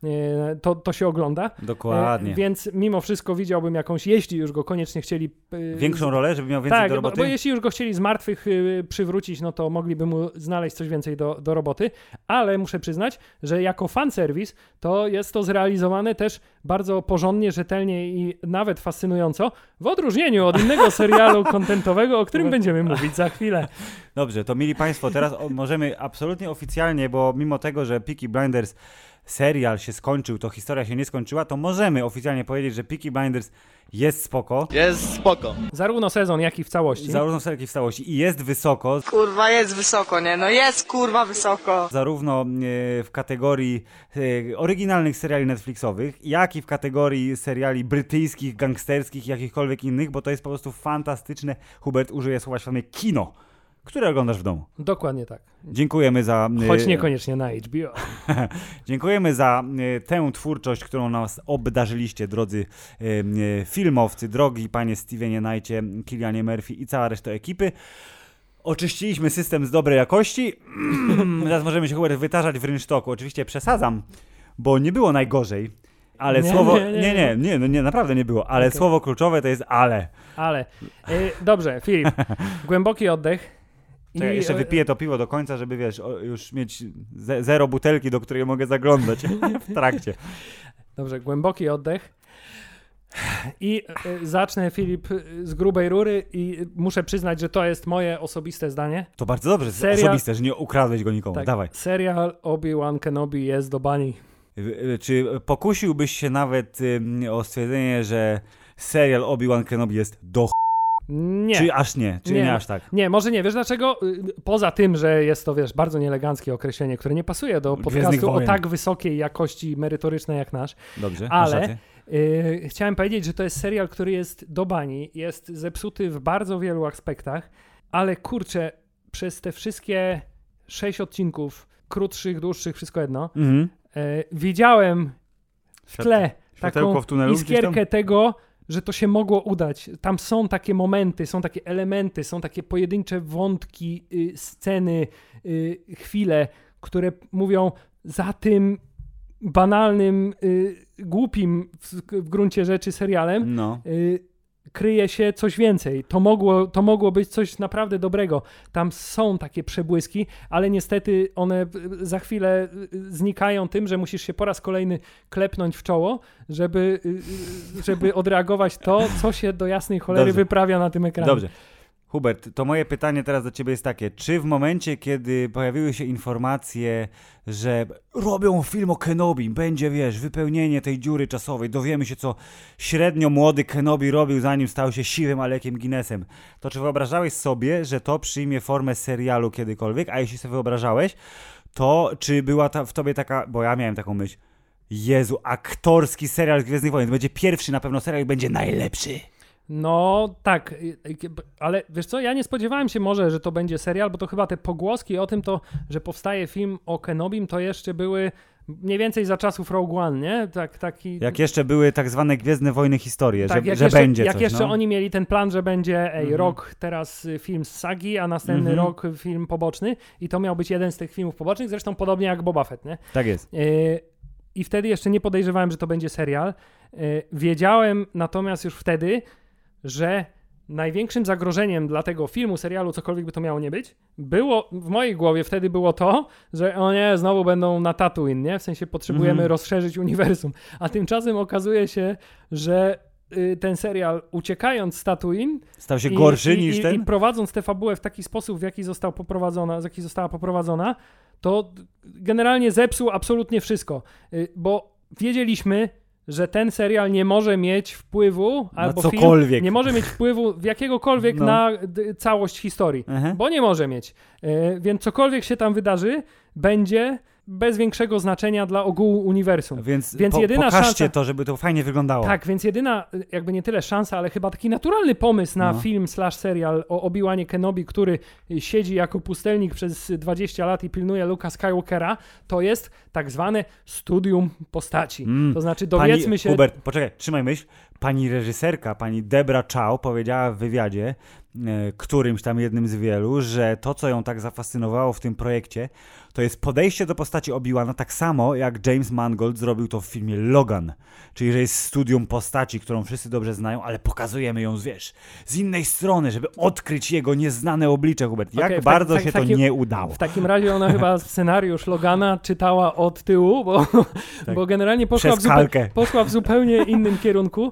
To, to się ogląda. Dokładnie. E, więc mimo wszystko widziałbym jakąś, jeśli już go koniecznie chcieli... E, Większą rolę, żeby miał więcej tak, do roboty? Bo, bo jeśli już go chcieli z martwych e, przywrócić, no to mogliby mu znaleźć coś więcej do, do roboty, ale muszę przyznać, że jako fanserwis to jest to zrealizowane też bardzo porządnie, rzetelnie i nawet fascynująco, w odróżnieniu od innego serialu kontentowego, o którym będziemy mówić za chwilę. Dobrze, to mili Państwo, teraz o, możemy absolutnie oficjalnie, bo mimo tego, że Peaky Blinders serial się skończył, to historia się nie skończyła, to możemy oficjalnie powiedzieć, że Peaky Blinders jest spoko. Jest spoko. Zarówno sezon, jak i w całości. Zarówno sezon, jak i w całości. I jest wysoko. Kurwa, jest wysoko, nie? No jest kurwa wysoko. Zarówno e, w kategorii e, oryginalnych seriali Netflixowych, jak i w kategorii seriali brytyjskich, gangsterskich, jakichkolwiek innych, bo to jest po prostu fantastyczne. Hubert użyje słowa świetnie kino, które oglądasz w domu. Dokładnie tak. Dziękujemy za... Choć niekoniecznie na H B O. Dziękujemy za e, tę twórczość, którą nas obdarzyliście, drodzy e, e, filmowcy, drogi panie Stevenie Knightie, Cillianie Murphy i cała reszta ekipy. Oczyściliśmy system z dobrej jakości. Teraz możemy się Hubert wytarzać w rynsztoku. Oczywiście przesadzam, bo nie było najgorzej. Ale nie, słowo... Nie, nie, nie, nie, nie, no nie, naprawdę nie było. Ale okay. Słowo kluczowe to jest ale. Ale. E, dobrze, Filip. Głęboki oddech. Czekaj, I... jeszcze wypiję to piwo do końca, żeby wiesz, o, już mieć ze, zero butelki, do której mogę zaglądać w trakcie. Dobrze, głęboki oddech. I y, zacznę, Filip, z grubej rury i muszę przyznać, że to jest moje osobiste zdanie. To bardzo dobrze, serial... osobiste, że nie ukradłeś go nikomu. Tak, dawaj. Serial Obi-Wan Kenobi jest do bani. Czy pokusiłbyś się nawet y, o stwierdzenie, że serial Obi-Wan Kenobi jest do ch... Nie. Czy aż nie? Czy nie, nie aż tak? Nie, może nie. Wiesz dlaczego? Poza tym, że jest to, wiesz, bardzo nieeleganckie określenie, które nie pasuje do podcastu o tak wysokiej jakości merytorycznej jak nasz. Dobrze, ale y, chciałem powiedzieć, że to jest serial, który jest do bani, jest zepsuty w bardzo wielu aspektach, ale kurczę, przez te wszystkie sześć odcinków, krótszych, dłuższych, wszystko jedno, mhm. y, widziałem w tle taką w tunelu, iskierkę tego, że to się mogło udać. Tam są takie momenty, są takie elementy, są takie pojedyncze wątki, y, sceny, y, chwile, które mówią za tym banalnym, y, głupim w, w gruncie rzeczy serialem no. y, kryje się coś więcej. To mogło, to mogło być coś naprawdę dobrego. Tam są takie przebłyski, ale niestety one za chwilę znikają tym, że musisz się po raz kolejny klepnąć w czoło, żeby, żeby odreagować to, co się do jasnej cholery Dobrze. wyprawia na tym ekranie. Dobrze. Hubert, to moje pytanie teraz do ciebie jest takie. Czy w momencie, kiedy pojawiły się informacje, że robią film o Kenobi, będzie, wiesz, wypełnienie tej dziury czasowej, dowiemy się, co średnio młody Kenobi robił, zanim stał się siwym Alekiem Guinnessem, to czy wyobrażałeś sobie, że to przyjmie formę serialu kiedykolwiek? A jeśli sobie wyobrażałeś, to czy była ta, w tobie taka, bo ja miałem taką myśl, Jezu, aktorski serial Gwiezdnych Wojen, to będzie pierwszy na pewno serial i będzie najlepszy. No tak, ale wiesz co, ja nie spodziewałem się może, że to będzie serial, bo to chyba te pogłoski o tym, to, że powstaje film o Kenobim, to jeszcze były mniej więcej za czasów Rogue One, nie? Tak, taki... Jak jeszcze były tak zwane Gwiezdne Wojny historie, tak, że, jak że jeszcze, będzie Jak coś, jeszcze no. oni mieli ten plan, że będzie ej, mhm. rok teraz film z sagi, a następny mhm. rok film poboczny i to miał być jeden z tych filmów pobocznych, zresztą podobnie jak Boba Fett, nie? Tak jest. Y- I wtedy jeszcze nie podejrzewałem, że to będzie serial. Y- wiedziałem natomiast już wtedy, że największym zagrożeniem dla tego filmu, serialu, cokolwiek by to miało nie być, było, w mojej głowie wtedy było to, że o nie, znowu będą na Tatooine, nie? W sensie potrzebujemy mm. rozszerzyć uniwersum. A tymczasem okazuje się, że y, ten serial, uciekając z Tatooine, stał się gorszy i, niż i, ten? I prowadząc tę fabułę w taki sposób, w jaki został poprowadzona, w jaki została poprowadzona, to generalnie zepsuł absolutnie wszystko. Y, bo wiedzieliśmy, że ten serial nie może mieć wpływu, na albo cokolwiek. film nie może mieć wpływu w jakiegokolwiek no. na d- całość historii, Aha. bo nie może mieć. E, więc cokolwiek się tam wydarzy, będzie bez większego znaczenia dla ogółu uniwersum. Więc, więc po, jedyna pokażcie szansa... to, żeby to fajnie wyglądało. Tak, więc jedyna, jakby nie tyle szansa, ale chyba taki naturalny pomysł na no. film slash serial o Obi-Wanie Kenobi, który siedzi jako pustelnik przez dwadzieścia lat i pilnuje Luke'a Skywalkera, to jest tak zwane studium postaci. Mm. To znaczy dowiedzmy pani, się... Hubert, poczekaj, trzymaj myśl. Pani reżyserka, pani Debra Chow powiedziała w wywiadzie, którymś tam jednym z wielu, że to, co ją tak zafascynowało w tym projekcie, to jest podejście do postaci Obi-Wana tak samo, jak James Mangold zrobił to w filmie Logan. Czyli, że jest studium postaci, którą wszyscy dobrze znają, ale pokazujemy ją, wiesz, z innej strony, żeby odkryć jego nieznane oblicze, Hubert. Jak okay, bardzo tak, się tak, to takim, nie udało. W takim razie ona chyba scenariusz Logana czytała od tyłu, bo, tak. bo generalnie poszła w, zupe- poszła w zupełnie innym kierunku.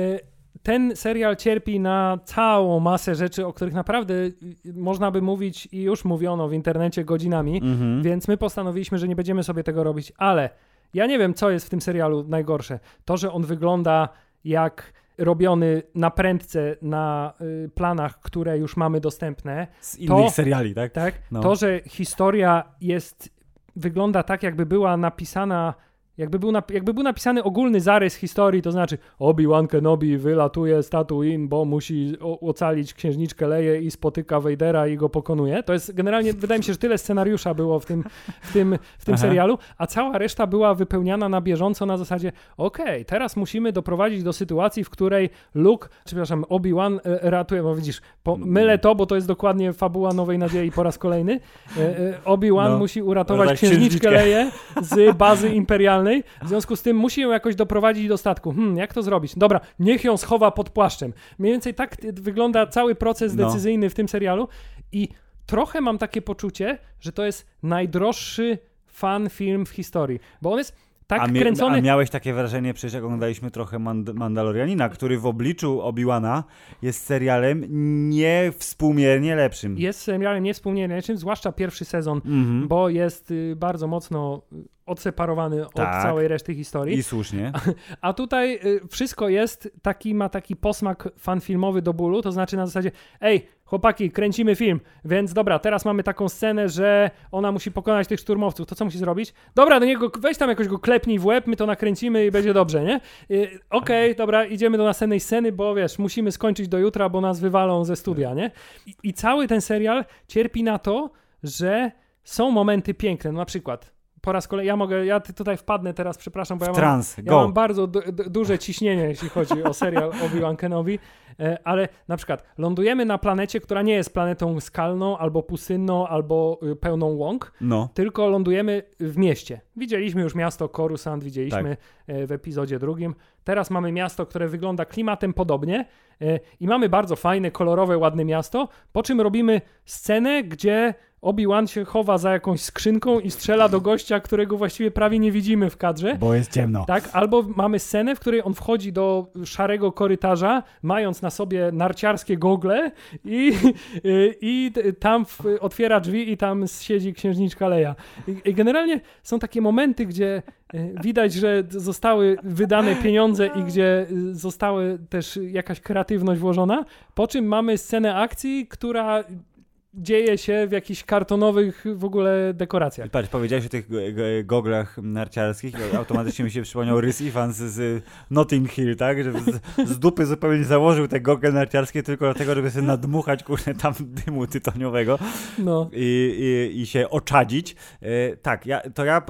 Ten serial cierpi na całą masę rzeczy, o których naprawdę można by mówić i już mówiono w internecie godzinami, mm-hmm. więc my postanowiliśmy, że nie będziemy sobie tego robić, ale ja nie wiem, co jest w tym serialu najgorsze. To, że on wygląda jak robiony na prędce na y, planach, które już mamy dostępne. Z innych to, seriali, tak? Tak. No. To, że historia jest, wygląda tak, jakby była napisana Jakby był, nap- jakby był napisany ogólny zarys historii, to znaczy Obi-Wan Kenobi wylatuje z Tatooine, bo musi o- ocalić księżniczkę Leję i spotyka Vadera i go pokonuje. To jest generalnie, wydaje mi się, że tyle scenariusza było w tym, w tym, w tym serialu, a cała reszta była wypełniana na bieżąco na zasadzie okej, okay, teraz musimy doprowadzić do sytuacji, w której Luke, czy przepraszam, Obi-Wan e, ratuje, bo widzisz, po, mylę to, bo to jest dokładnie fabuła Nowej Nadziei po raz kolejny. E, e, Obi-Wan no, musi uratować księżniczkę Leję z bazy imperialnej. W związku z tym musi ją jakoś doprowadzić do statku. Hmm, jak to zrobić? Dobra, niech ją schowa pod płaszczem. Mniej więcej tak wygląda cały proces no. decyzyjny w tym serialu i trochę mam takie poczucie, że to jest najdroższy fan film w historii, bo on jest tak a, mi- kręcony... a miałeś takie wrażenie, przecież jak oglądaliśmy trochę Mand- Mandalorianina, który w obliczu Obi-Wana jest serialem niewspółmiernie lepszym. Jest serialem niewspółmiernie lepszym, zwłaszcza pierwszy sezon, mm-hmm. bo jest y, bardzo mocno odseparowany tak. od całej reszty historii. I słusznie. A, a tutaj y, wszystko jest, taki ma taki posmak fanfilmowy do bólu, to znaczy na zasadzie ej, chłopaki, kręcimy film, więc dobra, teraz mamy taką scenę, że ona musi pokonać tych szturmowców, to co musi zrobić? Dobra, do niego, weź tam jakoś go klepnij w łeb, my to nakręcimy i będzie dobrze, nie? Y, Okej, okay, dobra, idziemy do następnej sceny, bo wiesz, musimy skończyć do jutra, bo nas wywalą ze studia, nie? I, i cały ten serial cierpi na to, że są momenty piękne, no na przykład po raz kolejny, ja mogę, ja tutaj wpadnę teraz, przepraszam, bo ja, mam, trans, ja mam bardzo du, du, duże ciśnienie, jeśli chodzi o serial Obi-Wan Kenobi, e, ale na przykład lądujemy na planecie, która nie jest planetą skalną, albo pustynną, albo y, pełną łąk, no. tylko lądujemy w mieście. Widzieliśmy już miasto Coruscant, widzieliśmy tak. e, w epizodzie drugim. Teraz mamy miasto, które wygląda klimatem podobnie e, i mamy bardzo fajne, kolorowe, ładne miasto, po czym robimy scenę, gdzie Obi-Wan się chowa za jakąś skrzynką i strzela do gościa, którego właściwie prawie nie widzimy w kadrze. Bo jest ciemno. Tak, albo mamy scenę, w której on wchodzi do szarego korytarza, mając na sobie narciarskie gogle i, i, i tam w, otwiera drzwi i tam siedzi księżniczka Leia. I, I generalnie są takie momenty, gdzie widać, że zostały wydane pieniądze i gdzie została też jakaś kreatywność włożona, po czym mamy scenę akcji, która dzieje się w jakichś kartonowych w ogóle dekoracjach. I patrz, powiedziałeś o tych goglach narciarskich, automatycznie mi się przypomniał Rhys Ifans z Notting Hill, tak? Że z, z dupy zupełnie założył te gogle narciarskie tylko dlatego, żeby sobie nadmuchać kurde, tam dymu tytoniowego no. i, i, i się oczadzić. E, tak, ja, to ja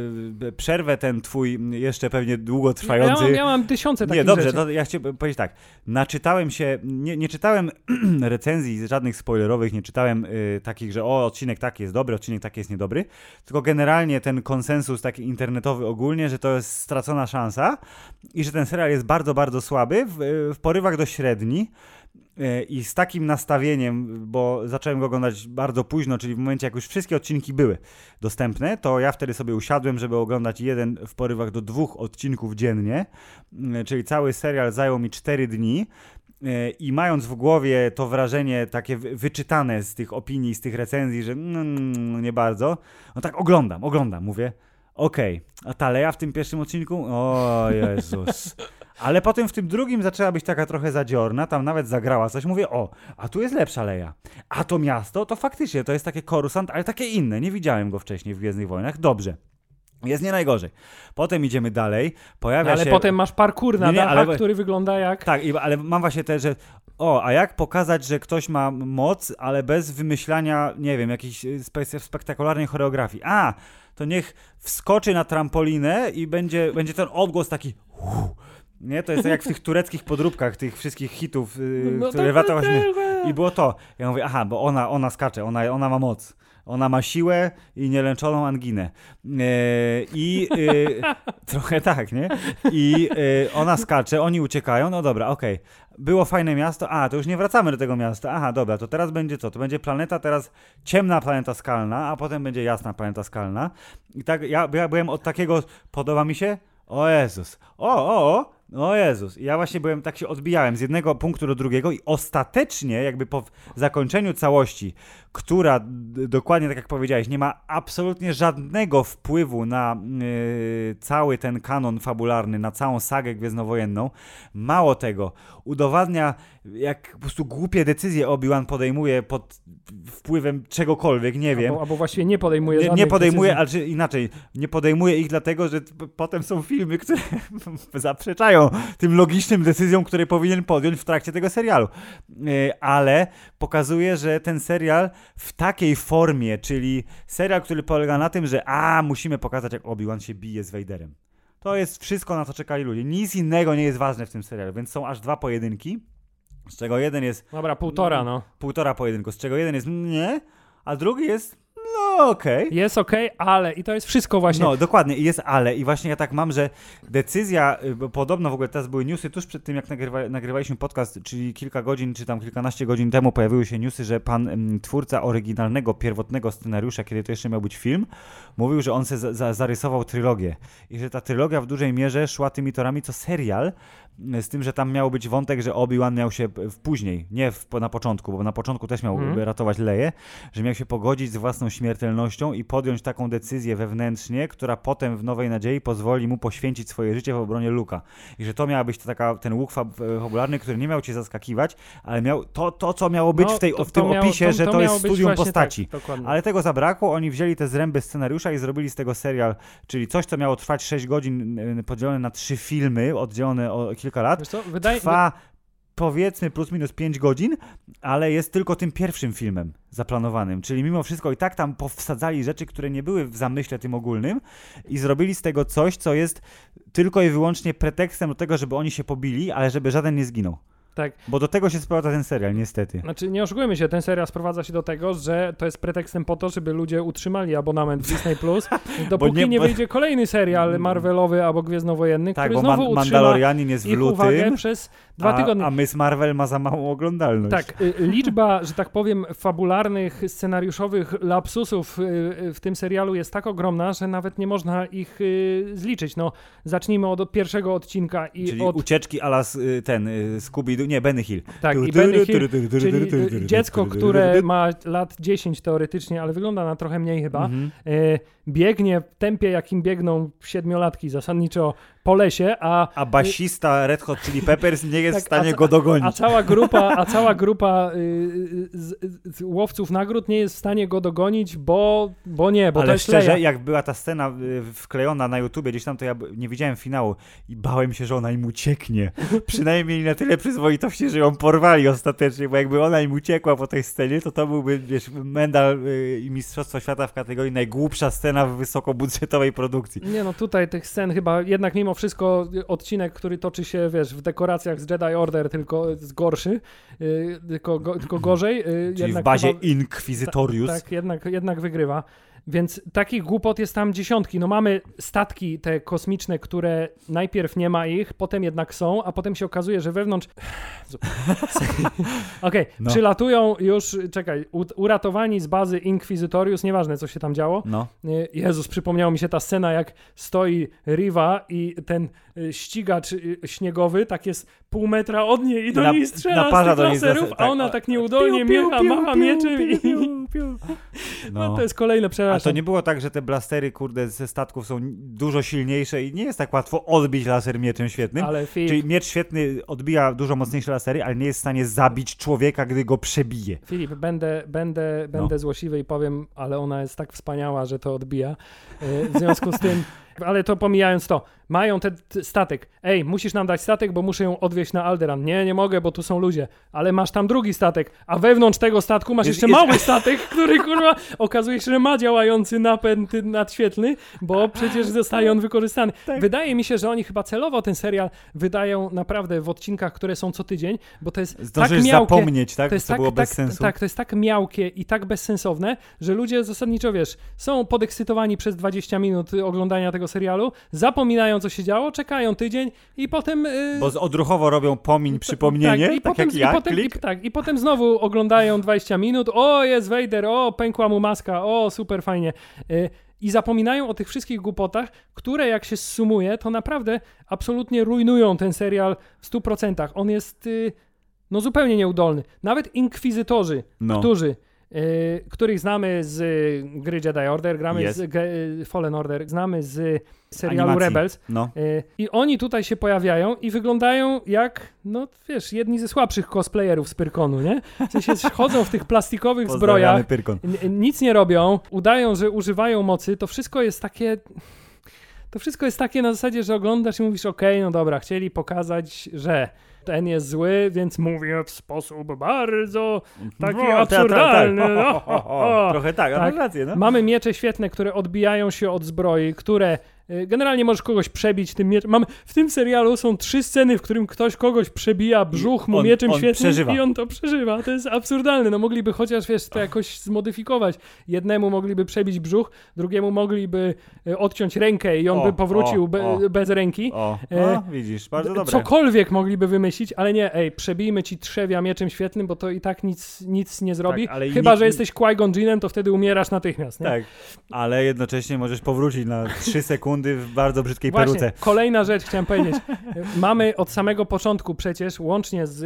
e, przerwę ten twój jeszcze pewnie długotrwający... Ja mam, ja mam tysiące takich Nie, dobrze, rzeczy. To ja chciałem powiedzieć tak. Naczytałem się, nie, nie czytałem recenzji żadnych spoilerowych, nie czytałem Y, takich, że o, odcinek taki jest dobry, odcinek taki jest niedobry, tylko generalnie ten konsensus taki internetowy ogólnie, że to jest stracona szansa i że ten serial jest bardzo, bardzo słaby, w, w porywach do średni y, i z takim nastawieniem, bo zacząłem go oglądać bardzo późno, czyli w momencie jak już wszystkie odcinki były dostępne, to ja wtedy sobie usiadłem, żeby oglądać jeden w porywach do dwóch odcinków dziennie, y, czyli cały serial zajął mi cztery dni. I mając w głowie to wrażenie takie wyczytane z tych opinii, z tych recenzji, że mm, nie bardzo, no tak oglądam, oglądam, mówię, Okej, okay. A ta Leia w tym pierwszym odcinku? O Jezus. Ale potem w tym drugim zaczęła być taka trochę zadziorna, tam nawet zagrała coś. Mówię, o, a tu jest lepsza Leia. A to miasto, to faktycznie, to jest takie Coruscant, ale takie inne. Nie widziałem go wcześniej w Gwiezdnych Wojnach. Dobrze. Jest nie najgorzej. Potem idziemy dalej, pojawia no, ale się... Ale potem masz parkour na nie, nie, dachach, ale... który wygląda jak... Tak, ale mam właśnie te, że... O, a jak pokazać, że ktoś ma moc, ale bez wymyślania, nie wiem, jakiejś spe- spektakularnej choreografii. A, to niech wskoczy na trampolinę i będzie, będzie ten odgłos taki... Uff, nie? To jest jak w tych tureckich podróbkach, tych wszystkich hitów, yy, no które lata właśnie... I było to. Ja mówię, aha, bo ona, ona skacze, ona, ona ma moc. Ona ma siłę i nieleczoną anginę. Yy, I yy, trochę tak, nie? I yy, ona skacze, oni uciekają, no dobra, okej. Okay. Było fajne miasto, a to już nie wracamy do tego miasta, aha, dobra, to teraz będzie co? To będzie planeta teraz ciemna planeta skalna, a potem będzie jasna planeta skalna. I tak ja, ja byłem od takiego, podoba mi się? O Jezus, o, o, o. O Jezus, ja właśnie byłem, tak się odbijałem z jednego punktu do drugiego i ostatecznie jakby po zakończeniu całości, która d- dokładnie tak jak powiedziałeś, nie ma absolutnie żadnego wpływu na yy, cały ten kanon fabularny, na całą sagę gwiezdnowojenną. Mało tego, udowadnia jak po prostu głupie decyzje Obi-Wan podejmuje pod wpływem czegokolwiek, nie wiem. Albo, albo właściwie nie podejmuje nie, żadnych nie podejmuje, decyzji. ale inaczej, nie podejmuje ich dlatego, że p- potem są filmy, które zaprzeczają tym logicznym decyzjom, które powinien podjąć w trakcie tego serialu. Yy, ale pokazuje, że ten serial w takiej formie, czyli serial, który polega na tym, że a, musimy pokazać, jak Obi-Wan się bije z Vaderem. To jest wszystko, na co czekali ludzie. Nic innego nie jest ważne w tym serialu, więc są aż dwa pojedynki, z czego jeden jest... Dobra, półtora, no. Półtora pojedynku, z czego jeden jest nie, a drugi jest no okej. Okay. Jest okej, okay, ale i to jest wszystko właśnie. No dokładnie, jest ale i właśnie ja tak mam, że decyzja, bo podobno w ogóle teraz były newsy tuż przed tym jak nagrywa, nagrywaliśmy podcast, czyli kilka godzin, czy tam kilkanaście godzin temu pojawiły się newsy, że pan m, twórca oryginalnego, pierwotnego scenariusza, kiedy to jeszcze miał być film, mówił, że on se za, za, zarysował trylogię i że ta trylogia w dużej mierze szła tymi torami co serial, z tym, że tam miał być wątek, że Obi-Wan miał się w później, nie w, na początku, bo na początku też miał mm. ratować Leję, że miał się pogodzić z własną śmiertelnością i podjąć taką decyzję wewnętrznie, która potem w Nowej Nadziei pozwoli mu poświęcić swoje życie w obronie Luka. I że to miała być taka, ten łuk fabularny, który nie miał cię zaskakiwać, ale miał to, to co miało być no, w, tej, to, w tym miało, opisie, to, że to, to jest studium postaci. Tak, ale tego zabrakło, oni wzięli te zręby scenariusza i zrobili z tego serial, czyli coś, co miało trwać sześć godzin, podzielone na trzy filmy, oddzielone o kilka lat, co, wydaje, trwa powiedzmy plus minus pięć godzin, ale jest tylko tym pierwszym filmem zaplanowanym, czyli mimo wszystko i tak tam powsadzali rzeczy, które nie były w zamyśle tym ogólnym i zrobili z tego coś, co jest tylko i wyłącznie pretekstem do tego, żeby oni się pobili, ale żeby żaden nie zginął. Tak. Bo do tego się sprowadza ten serial, niestety. Znaczy, nie oszukujmy się, ten serial sprowadza się do tego, że to jest pretekstem po to, żeby ludzie utrzymali abonament w Disney Plus, dopóki nie, nie bo... wyjdzie kolejny serial Marvelowy albo Gwiezdnowojenny, tak, który znowu Man- utrzyma Mandalorianin jest w ich lutym, uwagę przez dwa a, tygodnie. A Miss Marvel ma za małą oglądalność. Tak, y, liczba, że tak powiem, fabularnych, scenariuszowych lapsusów y, w tym serialu jest tak ogromna, że nawet nie można ich y, zliczyć. No, zacznijmy od pierwszego odcinka. I czyli od... ucieczki a la ten y, Scooby-Doo, nie, Benny Hill. Tak, i Benny Hill, czyli dziecko, które ma lat dziesięć teoretycznie, ale wygląda na trochę mniej chyba, mm-hmm. y, biegnie w tempie, jakim biegną siedmiolatki zasadniczo po lesie, a... A basista Red Hot Chili Peppers nie jest tak, w stanie ca- go dogonić. A cała grupa, a cała grupa y, z, z łowców nagród nie jest w stanie go dogonić, bo, bo nie, bo ale to jest szczerze, Leia. Jak była ta scena wklejona na YouTubie, gdzieś tam, to ja nie widziałem finału i bałem się, że ona im ucieknie. Przynajmniej mieli na tyle przyzwoitości, że ją porwali ostatecznie, bo jakby ona im uciekła po tej scenie, to to byłby, wiesz, medal i Mistrzostwo Świata w kategorii najgłupsza scena w wysokobudżetowej produkcji. Nie no, tutaj tych scen chyba jednak mimo wszystko odcinek, który toczy się, wiesz, w dekoracjach z Jedi Order, tylko jest gorszy, yy, tylko, go, tylko gorzej. Yy, Czyli w bazie chyba, Inquisitorius. Ta, tak, jednak, jednak wygrywa. Więc takich głupot jest tam dziesiątki. No mamy statki te kosmiczne, które najpierw nie ma ich, potem jednak są, a potem się okazuje, że wewnątrz... Okej, okay. no. Przylatują już, czekaj, uratowani z bazy Inquisitorius, nieważne co się tam działo. No. Jezus, przypomniała mi się ta scena, jak stoi Riva i ten ścigacz śniegowy tak jest pół metra od niej i do na, niej strzela z tych laserów, tak, a ona tak nieudolnie piu, piu, miecha, piu, macha piu, mieczem piu, piu, piu. No. no to jest kolejne, przepraszam. A to nie było tak, że te blastery, kurde, ze statków są dużo silniejsze i nie jest tak łatwo odbić laser mieczem świetnym. Ale Filip... Czyli miecz świetny odbija dużo mocniejsze lasery, ale nie jest w stanie zabić człowieka, gdy go przebije. Filip, będę, będę, no. będę złośliwy i powiem, ale ona jest tak wspaniała, że to odbija. W związku z tym, ale to pomijając to, mają ten statek. Ej, musisz nam dać statek, bo muszę ją odwieźć na Alderaan. Nie, nie mogę, bo tu są ludzie. Ale masz tam drugi statek, a wewnątrz tego statku masz jest, jeszcze jest... mały statek, który kurwa okazuje się, że ma działający napęd nadświetlny, bo przecież zostaje on wykorzystany. Tak. Wydaje mi się, że oni chyba celowo ten serial wydają naprawdę w odcinkach, które są co tydzień, bo to jest Zdążysz tak miałkie. zapomnieć, tak? To jest co tak, było tak, bez sensu. Tak, to jest tak miałkie i tak bezsensowne, że ludzie zasadniczo, wiesz, są podekscytowani przez dwadzieścia minut oglądania tego serialu, zapominają, co się działo, czekają tydzień i potem... Yy... Bo odruchowo robią pomiń, przypomnienie, tak, i tak potem, jak ja, i potem, klik. I, tak, i potem znowu oglądają dwadzieścia minut, o, jest Vader, o, pękła mu maska, o, super fajnie. Yy, I zapominają o tych wszystkich głupotach, które jak się zsumuje, to naprawdę absolutnie rujnują ten serial w stu procentach. On jest yy, no zupełnie nieudolny. Nawet inkwizytorzy, no. którzy Yy, których znamy z y, gry Jedi Order, gramy yes. z y, Fallen Order, znamy z serialu Animacji. Rebels no. yy, i oni tutaj się pojawiają i wyglądają jak, no wiesz, jedni ze słabszych cosplayerów z Pyrkonu, nie? W sensie chodzą w tych plastikowych zbrojach, n- nic nie robią, udają, że używają mocy, to wszystko jest takie... To wszystko jest takie na zasadzie, że oglądasz i mówisz, okej, okay, no dobra, chcieli pokazać, że ten jest zły, więc mówię w sposób bardzo taki no, absurdalny. Ta, ta, ta. No, ho, ho. Trochę tak, tak. masz rację. No. Mamy miecze świetne, które odbijają się od zbroi, które generalnie możesz kogoś przebić tym mieczem. Mamy, w tym serialu są trzy sceny, w którym ktoś kogoś przebija brzuch mu on, mieczem on świetnym przeżywa. I on to przeżywa. To jest absurdalne. No mogliby chociaż, wiesz, to jakoś zmodyfikować. Jednemu mogliby przebić brzuch, drugiemu mogliby odciąć rękę i on o, by powrócił o, be, o. bez ręki. O, o widzisz, bardzo dobre. Cokolwiek mogliby wymyślić, ale nie, ej, przebijmy ci trzewia mieczem świetnym, bo to i tak nic, nic nie zrobi. Tak, Chyba, nikt... że jesteś Qui-Gon Jinnem, to wtedy umierasz natychmiast. Nie? Tak, ale jednocześnie możesz powrócić na trzy sekundy w bardzo brzydkiej Właśnie, peruce. Kolejna rzecz chciałem powiedzieć. Mamy od samego początku przecież, łącznie z y,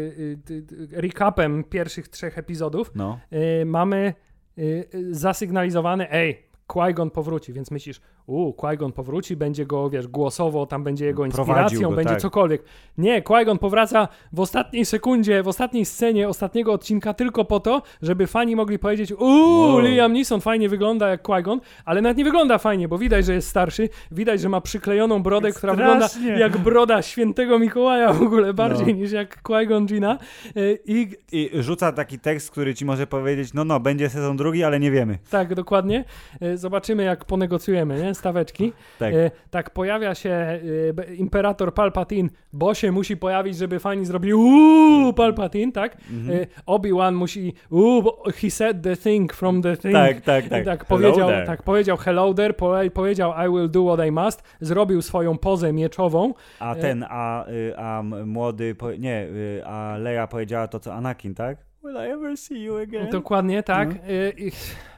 y, y, recapem pierwszych trzech epizodów, no. y, mamy y, zasygnalizowane, ej, Qui-Gon powróci, więc myślisz, u, Qui-Gon powróci, będzie go, wiesz, głosowo, tam będzie jego inspiracją, go, będzie tak. cokolwiek. Nie, Qui-Gon powraca w ostatniej sekundzie, w ostatniej scenie ostatniego odcinka tylko po to, żeby fani mogli powiedzieć, uuu, wow. Liam Neeson fajnie wygląda jak Qui-Gon, ale nawet nie wygląda fajnie, bo widać, że jest starszy, widać, że ma przyklejoną brodę, jest która strasznie. wygląda jak broda świętego Mikołaja w ogóle, bardziej no. niż jak Qui-Gon Jinna. I... I rzuca taki tekst, który ci może powiedzieć, no no, będzie sezon drugi, ale nie wiemy. Tak, dokładnie. Zobaczymy, jak ponegocjujemy, nie? Staweczki. Tak. E, tak, pojawia się e, Imperator Palpatine, bo się musi pojawić, żeby fani zrobili uuu, Palpatine, tak? Mhm. E, Obi-Wan musi uuu, he said the thing from the thing. Tak, tak, tak. tak powiedział, tak, powiedział hello there, po, powiedział I will do what I must, zrobił swoją pozę mieczową. A ten, a, a młody, nie, a Leia powiedziała to, co Anakin, tak? Will I ever see you again? Dokładnie, tak. Mhm. E,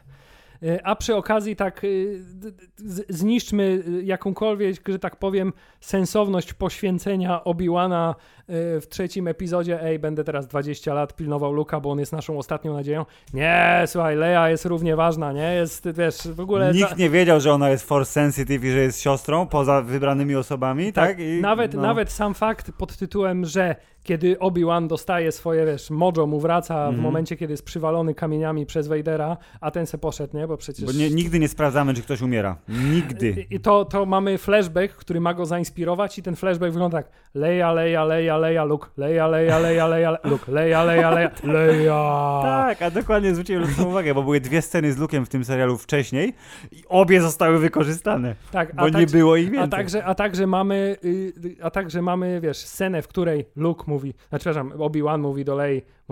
A przy okazji tak zniszczmy jakąkolwiek, że tak powiem, sensowność poświęcenia Obi-Wana w trzecim epizodzie. Ej, będę teraz dwadzieścia lat pilnował Luka, bo on jest naszą ostatnią nadzieją. Nie, słuchaj, Leia jest równie ważna, nie? Jest, wiesz, w ogóle... Nikt za... nie wiedział, że ona jest force sensitive i że jest siostrą, poza wybranymi osobami, tak? tak? I, nawet, no. nawet sam fakt pod tytułem, że kiedy Obi-Wan dostaje swoje, wiesz, mojo mu wraca mm-hmm. w momencie, kiedy jest przywalony kamieniami przez Vadera, a ten se poszedł, nie? Bo przecież... Bo nie, nigdy nie sprawdzamy, czy ktoś umiera. Nigdy. I to, to mamy flashback, który ma go zainspirować i ten flashback wygląda tak Leia, Leia, Leia, Leia, Luke, Leia, Leia, Leia, Leia, Luke, Leia, Leia, Leia, Leia. Tak, a dokładnie zwróciłem uwagę, bo były dwie sceny z Luke'em w tym serialu wcześniej i obie zostały wykorzystane, tak, bo nie tak, było ich więcej. A także, a także mamy, a także mamy, wiesz, scenę, w której Luke mówi, znaczy, przepraszam, Obi-Wan mówi do Lei, mówi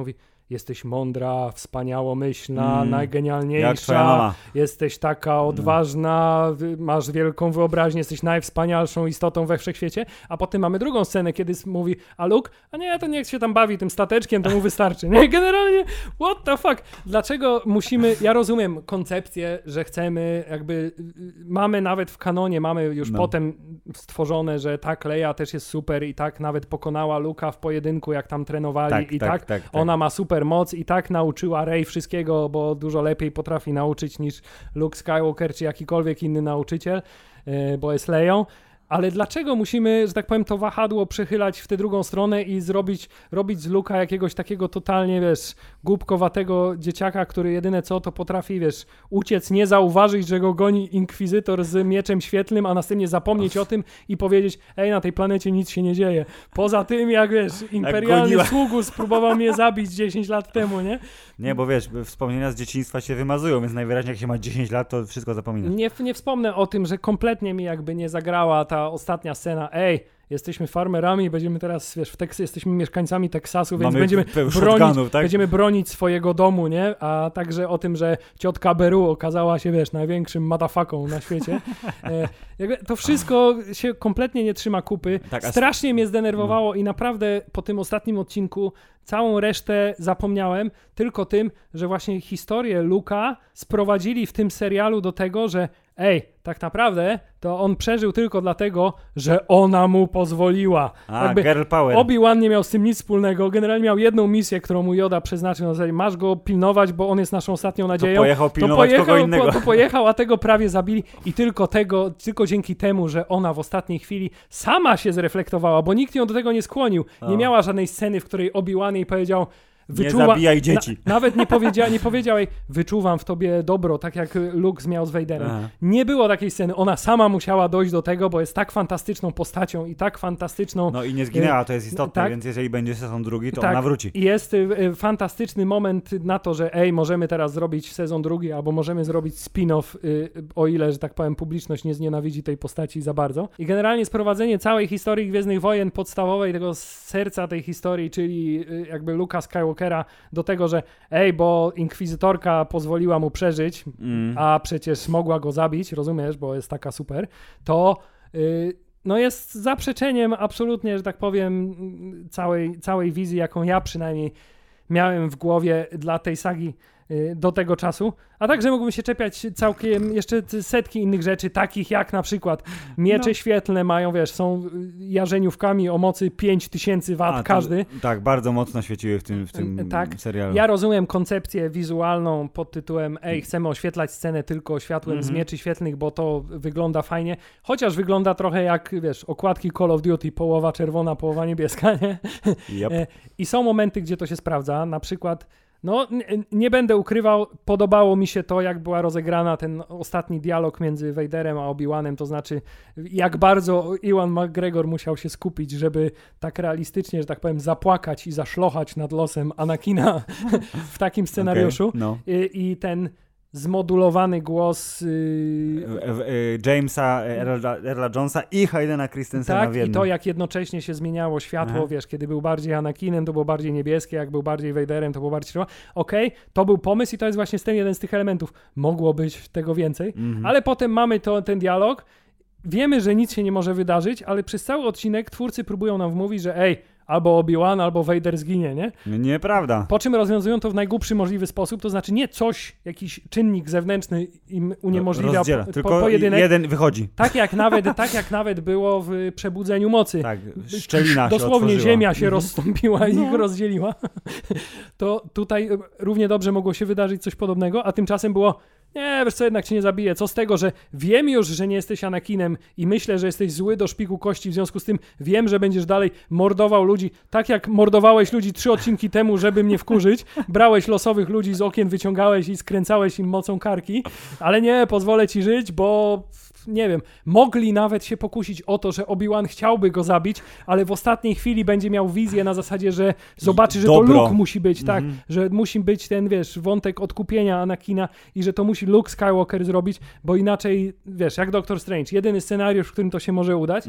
jesteś mądra, wspaniałomyślna, mm, najgenialniejsza, jesteś taka odważna, masz wielką wyobraźnię, jesteś najwspanialszą istotą we wszechświecie, a potem mamy drugą scenę, kiedy mówi, a Luke, a nie, to niech się tam bawi tym stateczkiem, to mu wystarczy. Nie, generalnie, what the fuck? Dlaczego musimy, ja rozumiem koncepcję, że chcemy, jakby, mamy nawet w kanonie, mamy już no. potem stworzone, że tak, Leia też jest super i tak nawet pokonała Luke'a w pojedynku, jak tam trenowali tak, i tak, tak, tak, tak ona ma super moc i tak nauczyła Rey wszystkiego, bo dużo lepiej potrafi nauczyć niż Luke Skywalker czy jakikolwiek inny nauczyciel, yy, bo jest Leią. Ale dlaczego musimy, że tak powiem, to wahadło przechylać w tę drugą stronę i zrobić, robić z Luke'a jakiegoś takiego totalnie, wiesz, głupkowatego dzieciaka, który jedyne co, to potrafi, wiesz, uciec, nie zauważyć, że go goni inkwizytor z mieczem świetlnym, a następnie zapomnieć o tym i powiedzieć, ej, na tej planecie nic się nie dzieje. Poza tym, jak wiesz, imperialny sługu spróbował mnie zabić dziesięć lat temu, nie? Nie, bo wiesz, wspomnienia z dzieciństwa się wymazują, więc najwyraźniej jak się ma dziesięć lat, to wszystko zapomina. Nie, nie wspomnę o tym, że kompletnie mi jakby nie zagrała ta ostatnia scena, ej, jesteśmy farmerami, będziemy teraz, wiesz, w Teks- jesteśmy mieszkańcami Teksasu, więc Mamy będziemy bronić, ganów, tak? będziemy bronić swojego domu, nie? A także o tym, że ciotka Beru okazała się, wiesz, największym motherfucką na świecie. E, jakby to wszystko się kompletnie nie trzyma kupy. Tak, strasznie mnie zdenerwowało no. i naprawdę po tym ostatnim odcinku całą resztę zapomniałem, tylko tym, że właśnie historię Luke'a sprowadzili w tym serialu do tego, że ej, tak naprawdę to on przeżył tylko dlatego, że ona mu pozwoliła. A, jakby girl power. Obi-Wan nie miał z tym nic wspólnego. Generalnie miał jedną misję, którą mu Yoda przeznaczył na zasadzie, masz go pilnować, bo on jest naszą ostatnią nadzieją. To pojechał pilnować to pojechał, kogo innego. Po, to pojechał, a tego prawie zabili i tylko tego, tylko dzięki temu, że ona w ostatniej chwili sama się zreflektowała, bo nikt ją do tego nie skłonił. Nie o. miała żadnej sceny, w której Obi-Wan jej powiedział, Wyczuwa... Nie zabijaj dzieci. Na, nawet nie, powiedzia, nie powiedział jej, wyczuwam w tobie dobro, tak jak Luke miał z Vaderem. Aha. Nie było takiej sceny. Ona sama musiała dojść do tego, bo jest tak fantastyczną postacią i tak fantastyczną... No i nie zginęła, to jest istotne, tak? Więc jeżeli będzie sezon drugi, to tak. ona wróci. I jest y, fantastyczny moment na to, że ej, możemy teraz zrobić sezon drugi, albo możemy zrobić spin-off, y, o ile, że tak powiem, publiczność nie znienawidzi tej postaci za bardzo. I generalnie sprowadzenie całej historii Gwiezdnych Wojen podstawowej, tego serca tej historii, czyli y, jakby Luke'a Skywalkera do tego, że ej, bo inkwizytorka pozwoliła mu przeżyć, mm. a przecież mogła go zabić, rozumiesz, bo jest taka super, to yy, no jest zaprzeczeniem absolutnie, że tak powiem, całej, całej wizji, jaką ja przynajmniej miałem w głowie dla tej sagi yy, do tego czasu. A także mógłbym się czepiać całkiem jeszcze setki innych rzeczy, takich jak na przykład miecze no. świetlne mają, wiesz, są jarzeniówkami o mocy pięć tysięcy watów A, każdy. To, tak, bardzo mocno świeciły w tym, w tym tak. serialu. Ja rozumiem koncepcję wizualną pod tytułem ej, chcemy oświetlać scenę tylko światłem mm-hmm. z mieczy świetlnych, bo to wygląda fajnie, chociaż wygląda trochę jak, wiesz, okładki Call of Duty, połowa czerwona, połowa niebieska, nie? Yep. I są momenty, gdzie to się sprawdza, na przykład no, n- nie będę ukrywał, podobało mi się to, jak była rozegrana ten ostatni dialog między Vaderem a Obi-Wanem, to znaczy jak bardzo Ewan McGregor musiał się skupić, żeby tak realistycznie, że tak powiem, zapłakać i zaszlochać nad losem Anakina w takim scenariuszu. Okay, no. I, I ten zmodulowany głos yy... Jamesa Earla, Earla Jonesa i Haydena Christensena tak, w jednym. I to jak jednocześnie się zmieniało światło, Aha. wiesz, kiedy był bardziej Anakinem, to było bardziej niebieskie, jak był bardziej Vaderem, to było bardziej czerwone. Okej, okay, to był pomysł i to jest właśnie ten jeden z tych elementów. Mogło być tego więcej, mm-hmm. ale potem mamy to, ten dialog. Wiemy, że nic się nie może wydarzyć, ale przez cały odcinek twórcy próbują nam wmówić, że ej, albo Obi-Wan, albo Vader zginie, nie? Nieprawda. Po czym rozwiązują to w najgłupszy możliwy sposób, to znaczy nie coś, jakiś czynnik zewnętrzny im uniemożliwia Rozdziela. po, Tylko po, pojedynek. jeden wychodzi. Tak jak nawet, tak jak nawet było w Przebudzeniu Mocy. Tak, szczelina Dosłownie się ziemia się mhm. rozstąpiła i no. ich rozdzieliła. To tutaj równie dobrze mogło się wydarzyć coś podobnego, a tymczasem było nie, wiesz co, jednak cię nie zabije. Co z tego, że wiem już, że nie jesteś Anakinem i myślę, że jesteś zły do szpiku kości, w związku z tym wiem, że będziesz dalej mordował ludzi, tak jak mordowałeś ludzi trzy odcinki temu, żeby mnie wkurzyć. Brałeś losowych ludzi z okien, wyciągałeś i skręcałeś im mocą karki, ale nie, pozwolę ci żyć, bo nie wiem, mogli nawet się pokusić o to, że Obi-Wan chciałby go zabić, ale w ostatniej chwili będzie miał wizję na zasadzie, że zobaczy, że Dobro. to Luke musi być, tak, mhm. że musi być ten, wiesz, wątek odkupienia Anakina i że to musi Luke Skywalker zrobić, bo inaczej, wiesz, jak Doctor Strange, jedyny scenariusz, w którym to się może udać,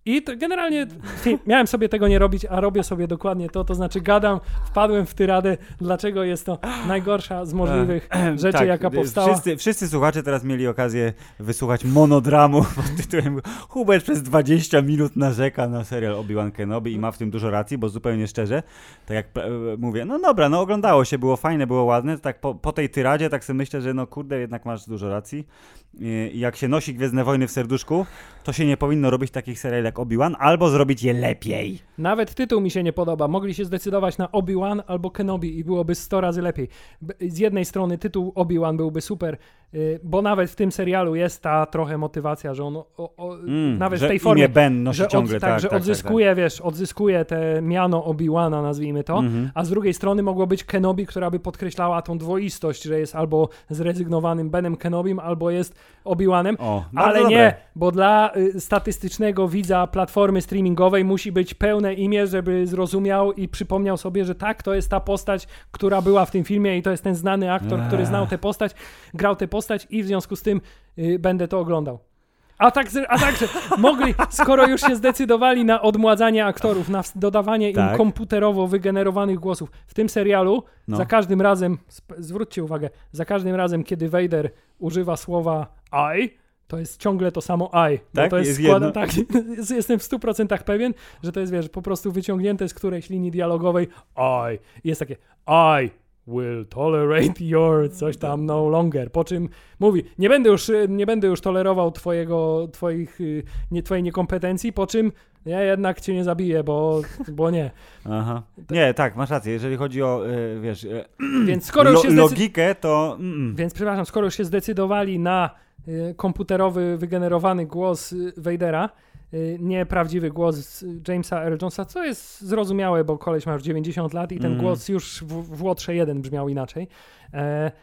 I to generalnie miałem sobie tego nie robić, a robię sobie dokładnie to, to znaczy gadam, wpadłem w tyradę, dlaczego jest to najgorsza z możliwych rzeczy, tak, jaka powstała. Wszyscy, wszyscy słuchacze teraz mieli okazję wysłuchać monodramu pod tytułem Hubert przez dwadzieścia minut narzeka na serial Obi-Wan Kenobi i ma w tym dużo racji, bo zupełnie szczerze, tak jak e, mówię, no dobra, no oglądało się, było fajne, było ładne, to tak po, po tej tyradzie tak sobie myślę, że no kurde, jednak masz dużo racji i, i jak się nosi Gwiezdne Wojny w serduszku, to się nie powinno robić takich seriali jak Obi-Wan, albo zrobić je lepiej. Nawet tytuł mi się nie podoba. Mogli się zdecydować na Obi-Wan albo Kenobi i byłoby sto razy lepiej. Z jednej strony tytuł Obi-Wan byłby super, bo nawet w tym serialu jest ta trochę motywacja, że on o, o, mm, nawet że w tej formie, imię Ben nosi że, ciągle, od, tak, tak, że tak, odzyskuje, tak, tak. wiesz, odzyskuje te miano Obi-Wana, nazwijmy to, mm-hmm. a z drugiej strony mogło być Kenobi, która by podkreślała tą dwoistość, że jest albo zrezygnowanym Benem Kenobim, albo jest Obi-Wanem, o, ale dobre. nie, bo dla y, statystycznego widza platformy streamingowej musi być pełne imię, żeby zrozumiał i przypomniał sobie, że tak, to jest ta postać, która była w tym filmie i to jest ten znany aktor, eee. który znał tę postać, grał tę postać i w związku z tym y, będę to oglądał. A, tak, a także mogli, skoro już się zdecydowali na odmładzanie aktorów, na dodawanie tak. im komputerowo wygenerowanych głosów w tym serialu, no. za każdym razem, sp- zwróćcie uwagę, za każdym razem, kiedy Vader używa słowa I, to jest ciągle to samo I. Tak? To jest, jest składa, tak, jestem w stu procentach pewien, że to jest, wiesz, po prostu wyciągnięte z którejś linii dialogowej I. Jest takie I will tolerate your coś tam no longer. Po czym mówi, nie będę już, nie będę już tolerował twojego, twoich, nie, twojej niekompetencji, po czym ja jednak cię nie zabiję, bo, bo nie. Aha. Nie, tak, masz rację. Jeżeli chodzi o, yy, wiesz, yy, więc skoro już lo, się logikę, to... Mm. Więc przepraszam, skoro już się zdecydowali na y, komputerowy, wygenerowany głos y, Vadera, y, nie prawdziwy głos Jamesa Earl Jonesa, co jest zrozumiałe, bo koleś ma już dziewięćdziesiąt lat i ten mm. głos już w, w Łotrze jeden brzmiał inaczej, e,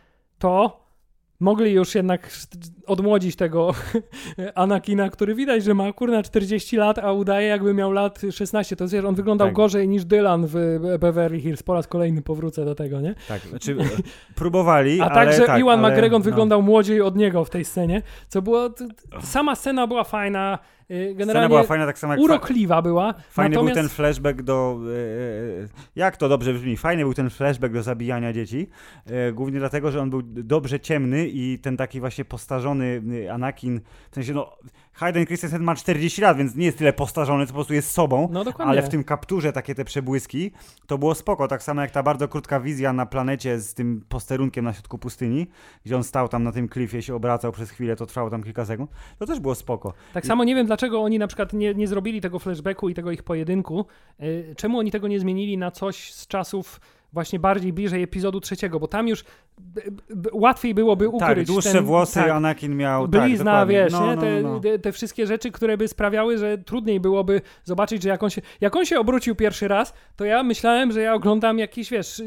to mogli już jednak odmłodzić tego Anakina, który widać, że ma kurna czterdzieści lat, a udaje jakby miał lat szesnaście. To jest, on wyglądał tak. gorzej niż Dylan w Beverly Hills. Po raz kolejny powrócę do tego, nie? Tak, znaczy próbowali, A ale także tak, Ewan ale, McGregor no. wyglądał młodziej od niego w tej scenie, co było... Sama scena była fajna, generalnie scena była fajna, tak samo jak urokliwa była. Fajny natomiast... był ten flashback do... E, jak to dobrze brzmi? Fajny był ten flashback do zabijania dzieci. E, głównie dlatego, że on był dobrze ciemny i ten taki właśnie postarzony Anakin, w sensie no... Hayden Christensen ma czterdzieści lat, więc nie jest tyle postarzony, co po prostu jest sobą, no, dokładnie. Ale w tym kapturze takie te przebłyski, to było spoko, tak samo jak ta bardzo krótka wizja na planecie z tym posterunkiem na środku pustyni, gdzie on stał tam na tym klifie, się obracał przez chwilę, to trwało tam kilka sekund, to też było spoko. Tak I... samo nie wiem, dlaczego oni na przykład nie, nie zrobili tego flashbacku i tego ich pojedynku, yy, czemu oni tego nie zmienili na coś z czasów właśnie bardziej bliżej epizodu trzeciego, bo tam już b, b, łatwiej byłoby ukryć. Tak, dłuższe ten, włosy tak, Anakin miał. Blizna, tak, wiesz, no, nie? no, Te, no. te, te wszystkie rzeczy, które by sprawiały, że trudniej byłoby zobaczyć, że jak on się, jak on się obrócił pierwszy raz, to ja myślałem, że ja oglądam jakieś, wiesz,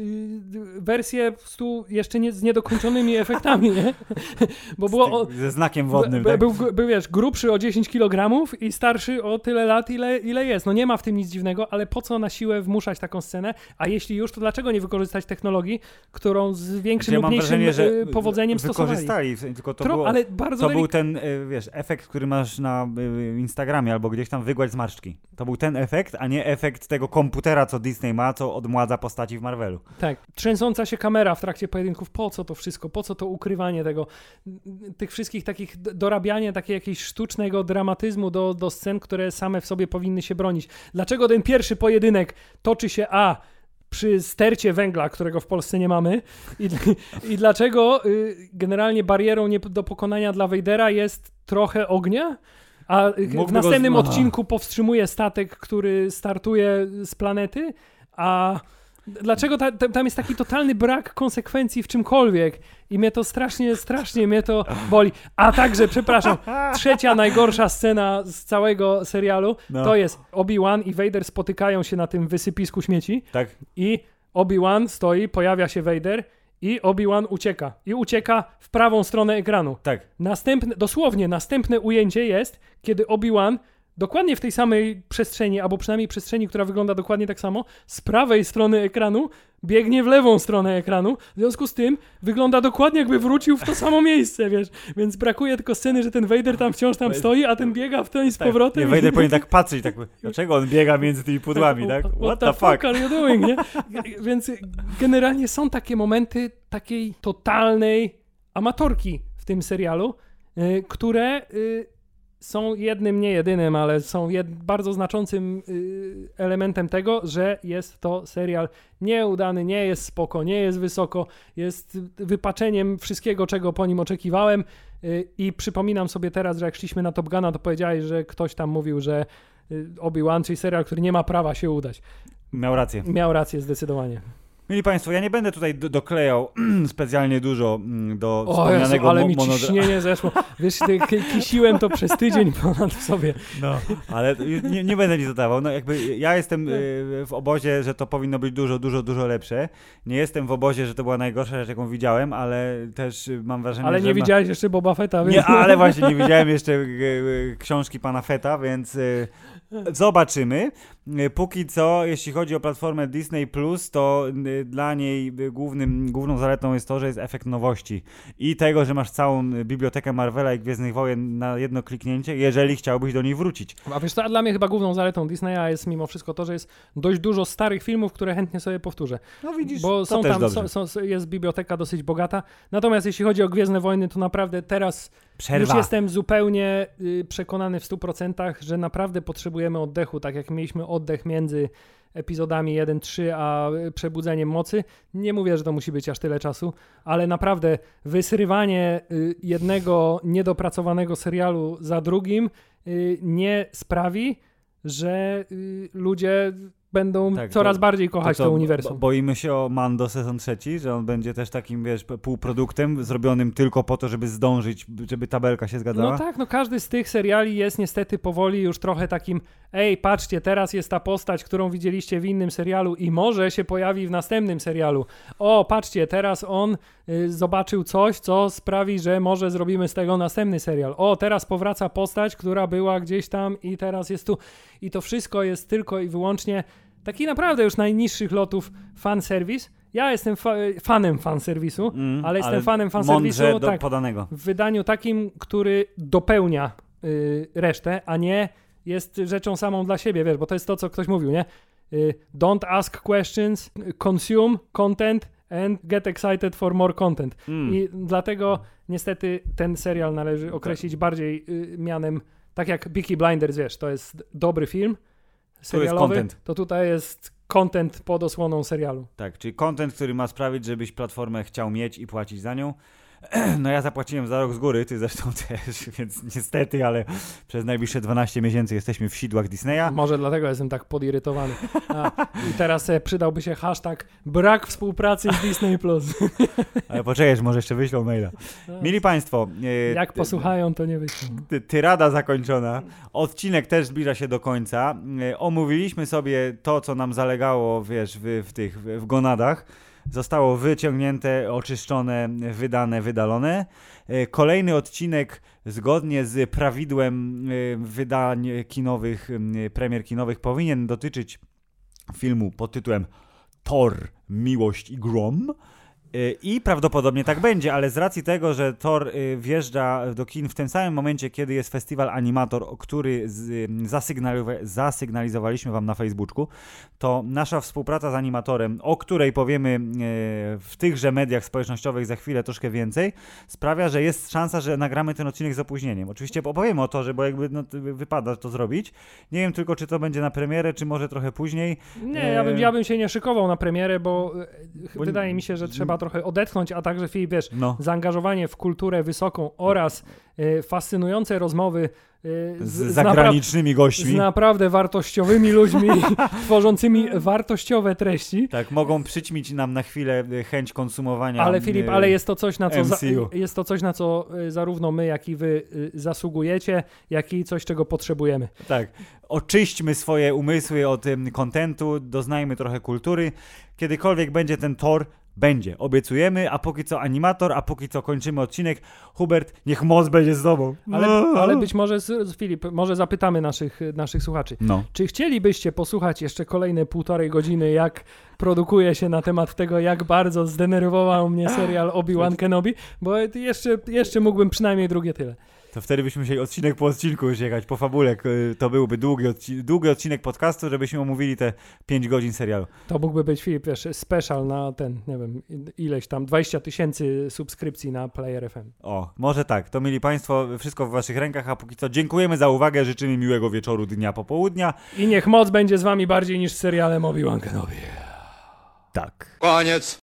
wersję po prostu jeszcze nie, z niedokończonymi efektami, nie? Bo było... O, ze znakiem wodnym, b, tak? Był, był, wiesz, grubszy o dziesięć kilogramów i starszy o tyle lat, ile, ile jest. No nie ma w tym nic dziwnego, ale po co na siłę wmuszać taką scenę? A jeśli już, to dlaczego nie wykorzystać technologii, którą z większym lub mniejszym wrażenie, że powodzeniem stosowali. Wykorzystali, tylko to, Tro, było, ale bardzo to delik- był ten, wiesz, efekt, który masz na Instagramie albo gdzieś tam wygładź zmarszczki. To był ten efekt, a nie efekt tego komputera, co Disney ma, co odmładza postaci w Marvelu. Tak. Trzęsąca się kamera w trakcie pojedynków. Po co to wszystko? Po co to ukrywanie tego? Tych wszystkich takich, dorabianie takiego jakiegoś sztucznego dramatyzmu do, do scen, które same w sobie powinny się bronić. Dlaczego ten pierwszy pojedynek toczy się a przy stercie węgla, którego w Polsce nie mamy i, i dlaczego y, generalnie barierą nie do pokonania dla Vadera jest trochę ognia, a Mógłby w następnym go... odcinku powstrzymuje statek, który startuje z planety, a dlaczego ta, ta, tam jest taki totalny brak konsekwencji w czymkolwiek i mnie to strasznie, strasznie mnie to boli. A także, przepraszam, trzecia najgorsza scena z całego serialu, no. to jest Obi-Wan i Vader spotykają się na tym wysypisku śmieci tak. i Obi-Wan stoi, pojawia się Vader i Obi-Wan ucieka. I ucieka w prawą stronę ekranu. Tak. Następne, dosłownie następne ujęcie jest, kiedy Obi-Wan dokładnie w tej samej przestrzeni, albo przynajmniej przestrzeni, która wygląda dokładnie tak samo, z prawej strony ekranu biegnie w lewą stronę ekranu, w związku z tym wygląda dokładnie jakby wrócił w to samo miejsce, wiesz, więc brakuje tylko sceny, że ten Vader tam wciąż tam stoi, a ten biega w to i z powrotem. Nie, Vader powinien tak patrzeć, tak, dlaczego on biega między tymi pudłami, tak? What, What the, the fuck, fuck are you doing, nie? Więc generalnie są takie momenty takiej totalnej amatorki w tym serialu, yy, które yy, są jednym, nie jedynym, ale są jed- bardzo znaczącym yy, elementem tego, że jest to serial nieudany, nie jest spoko, nie jest wysoko, jest wypaczeniem wszystkiego, czego po nim oczekiwałem yy, i przypominam sobie teraz, że jak szliśmy na Top Guna, to powiedziałeś, że ktoś tam mówił, że yy, Obi-Wan, czyli serial, który nie ma prawa się udać. Miał rację. Miał rację, zdecydowanie. Mieli Państwo, ja nie będę tutaj do, doklejał specjalnie dużo do o wspomnianego Jezu, ale mo- mi monodra- ciśnienie zeszło. Wiesz, kisiłem to przez tydzień ponad w sobie. No, ale nie, nie będę nic dodawał. No jakby ja jestem w obozie, że to powinno być dużo, dużo, dużo lepsze. Nie jestem w obozie, że to była najgorsza rzecz, jaką widziałem, ale też mam wrażenie, ale że... nie ma... widziałeś jeszcze Boba Fetta, więc... Nie, ale właśnie nie widziałem jeszcze książki pana Fetta, więc zobaczymy. Póki co, jeśli chodzi o platformę Disney Plus, to dla niej głównym, główną zaletą jest to, że jest efekt nowości i tego, że masz całą bibliotekę Marvela i Gwiezdnych Wojen na jedno kliknięcie, jeżeli chciałbyś do niej wrócić. A wiesz co, a dla mnie chyba główną zaletą Disneya jest mimo wszystko to, że jest dość dużo starych filmów, które chętnie sobie powtórzę. No widzisz, bo to są też tam, dobrze. są, są, jest biblioteka dosyć bogata. Natomiast jeśli chodzi o Gwiezdne Wojny, to naprawdę teraz Przerwa. już jestem zupełnie y, przekonany w stu procentach, że naprawdę potrzebujemy oddechu, tak jak mieliśmy oddech między epizodami jeden trzy a Przebudzeniem Mocy. Nie mówię, że to musi być aż tyle czasu, ale naprawdę wysrywanie y, jednego niedopracowanego serialu za drugim y, nie sprawi, że y, ludzie będą tak, coraz to, bardziej kochać to, to uniwersum. Boimy się o Mando sezon trzeci, że on będzie też takim, wiesz, półproduktem zrobionym tylko po to, żeby zdążyć, żeby tabelka się zgadzała? No tak, no każdy z tych seriali jest niestety powoli już trochę takim, ej, patrzcie, teraz jest ta postać, którą widzieliście w innym serialu i może się pojawi w następnym serialu. O, patrzcie, teraz on y, zobaczył coś, co sprawi, że może zrobimy z tego następny serial. O, teraz powraca postać, która była gdzieś tam i teraz jest tu. I to wszystko jest tylko i wyłącznie taki naprawdę już najniższych lotów fanserwis. Ja jestem fa- fanem fanserwisu, mm, ale jestem ale fanem fanserwisu do tak, podanego. w wydaniu takim, który dopełnia y, resztę, a nie jest rzeczą samą dla siebie, wiesz, bo to jest to, co ktoś mówił, nie? Y, don't ask questions, consume content and get excited for more content. Mm. I dlatego niestety ten serial należy określić bardziej y, mianem, tak jak Peaky Blinders, wiesz, to jest dobry film serialowy, jest to tutaj jest content pod osłoną serialu. Tak, czyli content, który ma sprawić, żebyś platformę chciał mieć i płacić za nią. No ja zapłaciłem za rok z góry, ty zresztą też, więc niestety, ale przez najbliższe dwanaście miesięcy jesteśmy w sidłach Disneya. Może dlatego jestem tak podirytowany. A, i teraz e, przydałby się hashtag brak współpracy z Disney Plus. Ale poczekaj, może jeszcze wyślą maila. Mili Państwo. E, Jak posłuchają, to nie wyślą. Ty, tyrada zakończona. Odcinek też zbliża się do końca. E, omówiliśmy sobie to, co nam zalegało, wiesz, w, w tych, w gonadach. Zostało wyciągnięte, oczyszczone, wydane, wydalone. Kolejny odcinek zgodnie z prawidłem wydań kinowych, premier kinowych powinien dotyczyć filmu pod tytułem Thor, Miłość i Grom. I prawdopodobnie tak będzie, ale z racji tego, że Thor wjeżdża do kin w tym samym momencie, kiedy jest festiwal Animator, który zasygnalizowa- zasygnalizowaliśmy wam na Facebooku, to nasza współpraca z Animatorem, o której powiemy w tychże mediach społecznościowych za chwilę troszkę więcej, sprawia, że jest szansa, że nagramy ten odcinek z opóźnieniem. Oczywiście opowiemy o Torze, bo jakby no, wypada to zrobić. Nie wiem tylko, czy to będzie na premierę, czy może trochę później. Nie, ja bym, ja bym się nie szykował na premierę, bo, bo wydaje mi się, że trzeba trochę odetchnąć, a także, Filip, wiesz, no. zaangażowanie w kulturę wysoką oraz y, fascynujące rozmowy y, z, z zagranicznymi napra- gośćmi. Z naprawdę wartościowymi ludźmi, tworzącymi wartościowe treści. Tak, mogą przyćmić nam na chwilę chęć konsumowania. Ale Filip, ale jest to coś, na co, za, M C U. jest to coś, na co zarówno my, jak i wy zasługujecie, jak i coś, czego potrzebujemy. Tak. Oczyśćmy swoje umysły od kontentu, doznajmy trochę kultury. Kiedykolwiek będzie ten Thor, Będzie, obiecujemy, a póki co animator, a póki co kończymy odcinek. Hubert, niech moc będzie z tobą. Ale, ale być może, z, Filip, może zapytamy naszych, naszych słuchaczy. No. Czy chcielibyście posłuchać jeszcze kolejne półtorej godziny, jak produkuje się na temat tego, jak bardzo zdenerwował mnie serial Obi-Wan Kenobi? Bo jeszcze, jeszcze mógłbym przynajmniej drugie tyle. To wtedy byśmy musieli odcinek po odcinku już jechać, po fabule. To byłby długi, odci- długi odcinek podcastu, żebyśmy omówili te pięć godzin serialu. To mógłby być, Filip, wiesz, special na ten, nie wiem, ileś tam, dwadzieścia tysięcy subskrypcji na Player F M. O, może tak. To mieli Państwo, wszystko w Waszych rękach, a póki co dziękujemy za uwagę, życzymy miłego wieczoru, dnia, popołudnia. I niech moc będzie z Wami bardziej niż z serialem Obi-Wan Kenobi. Tak. Koniec.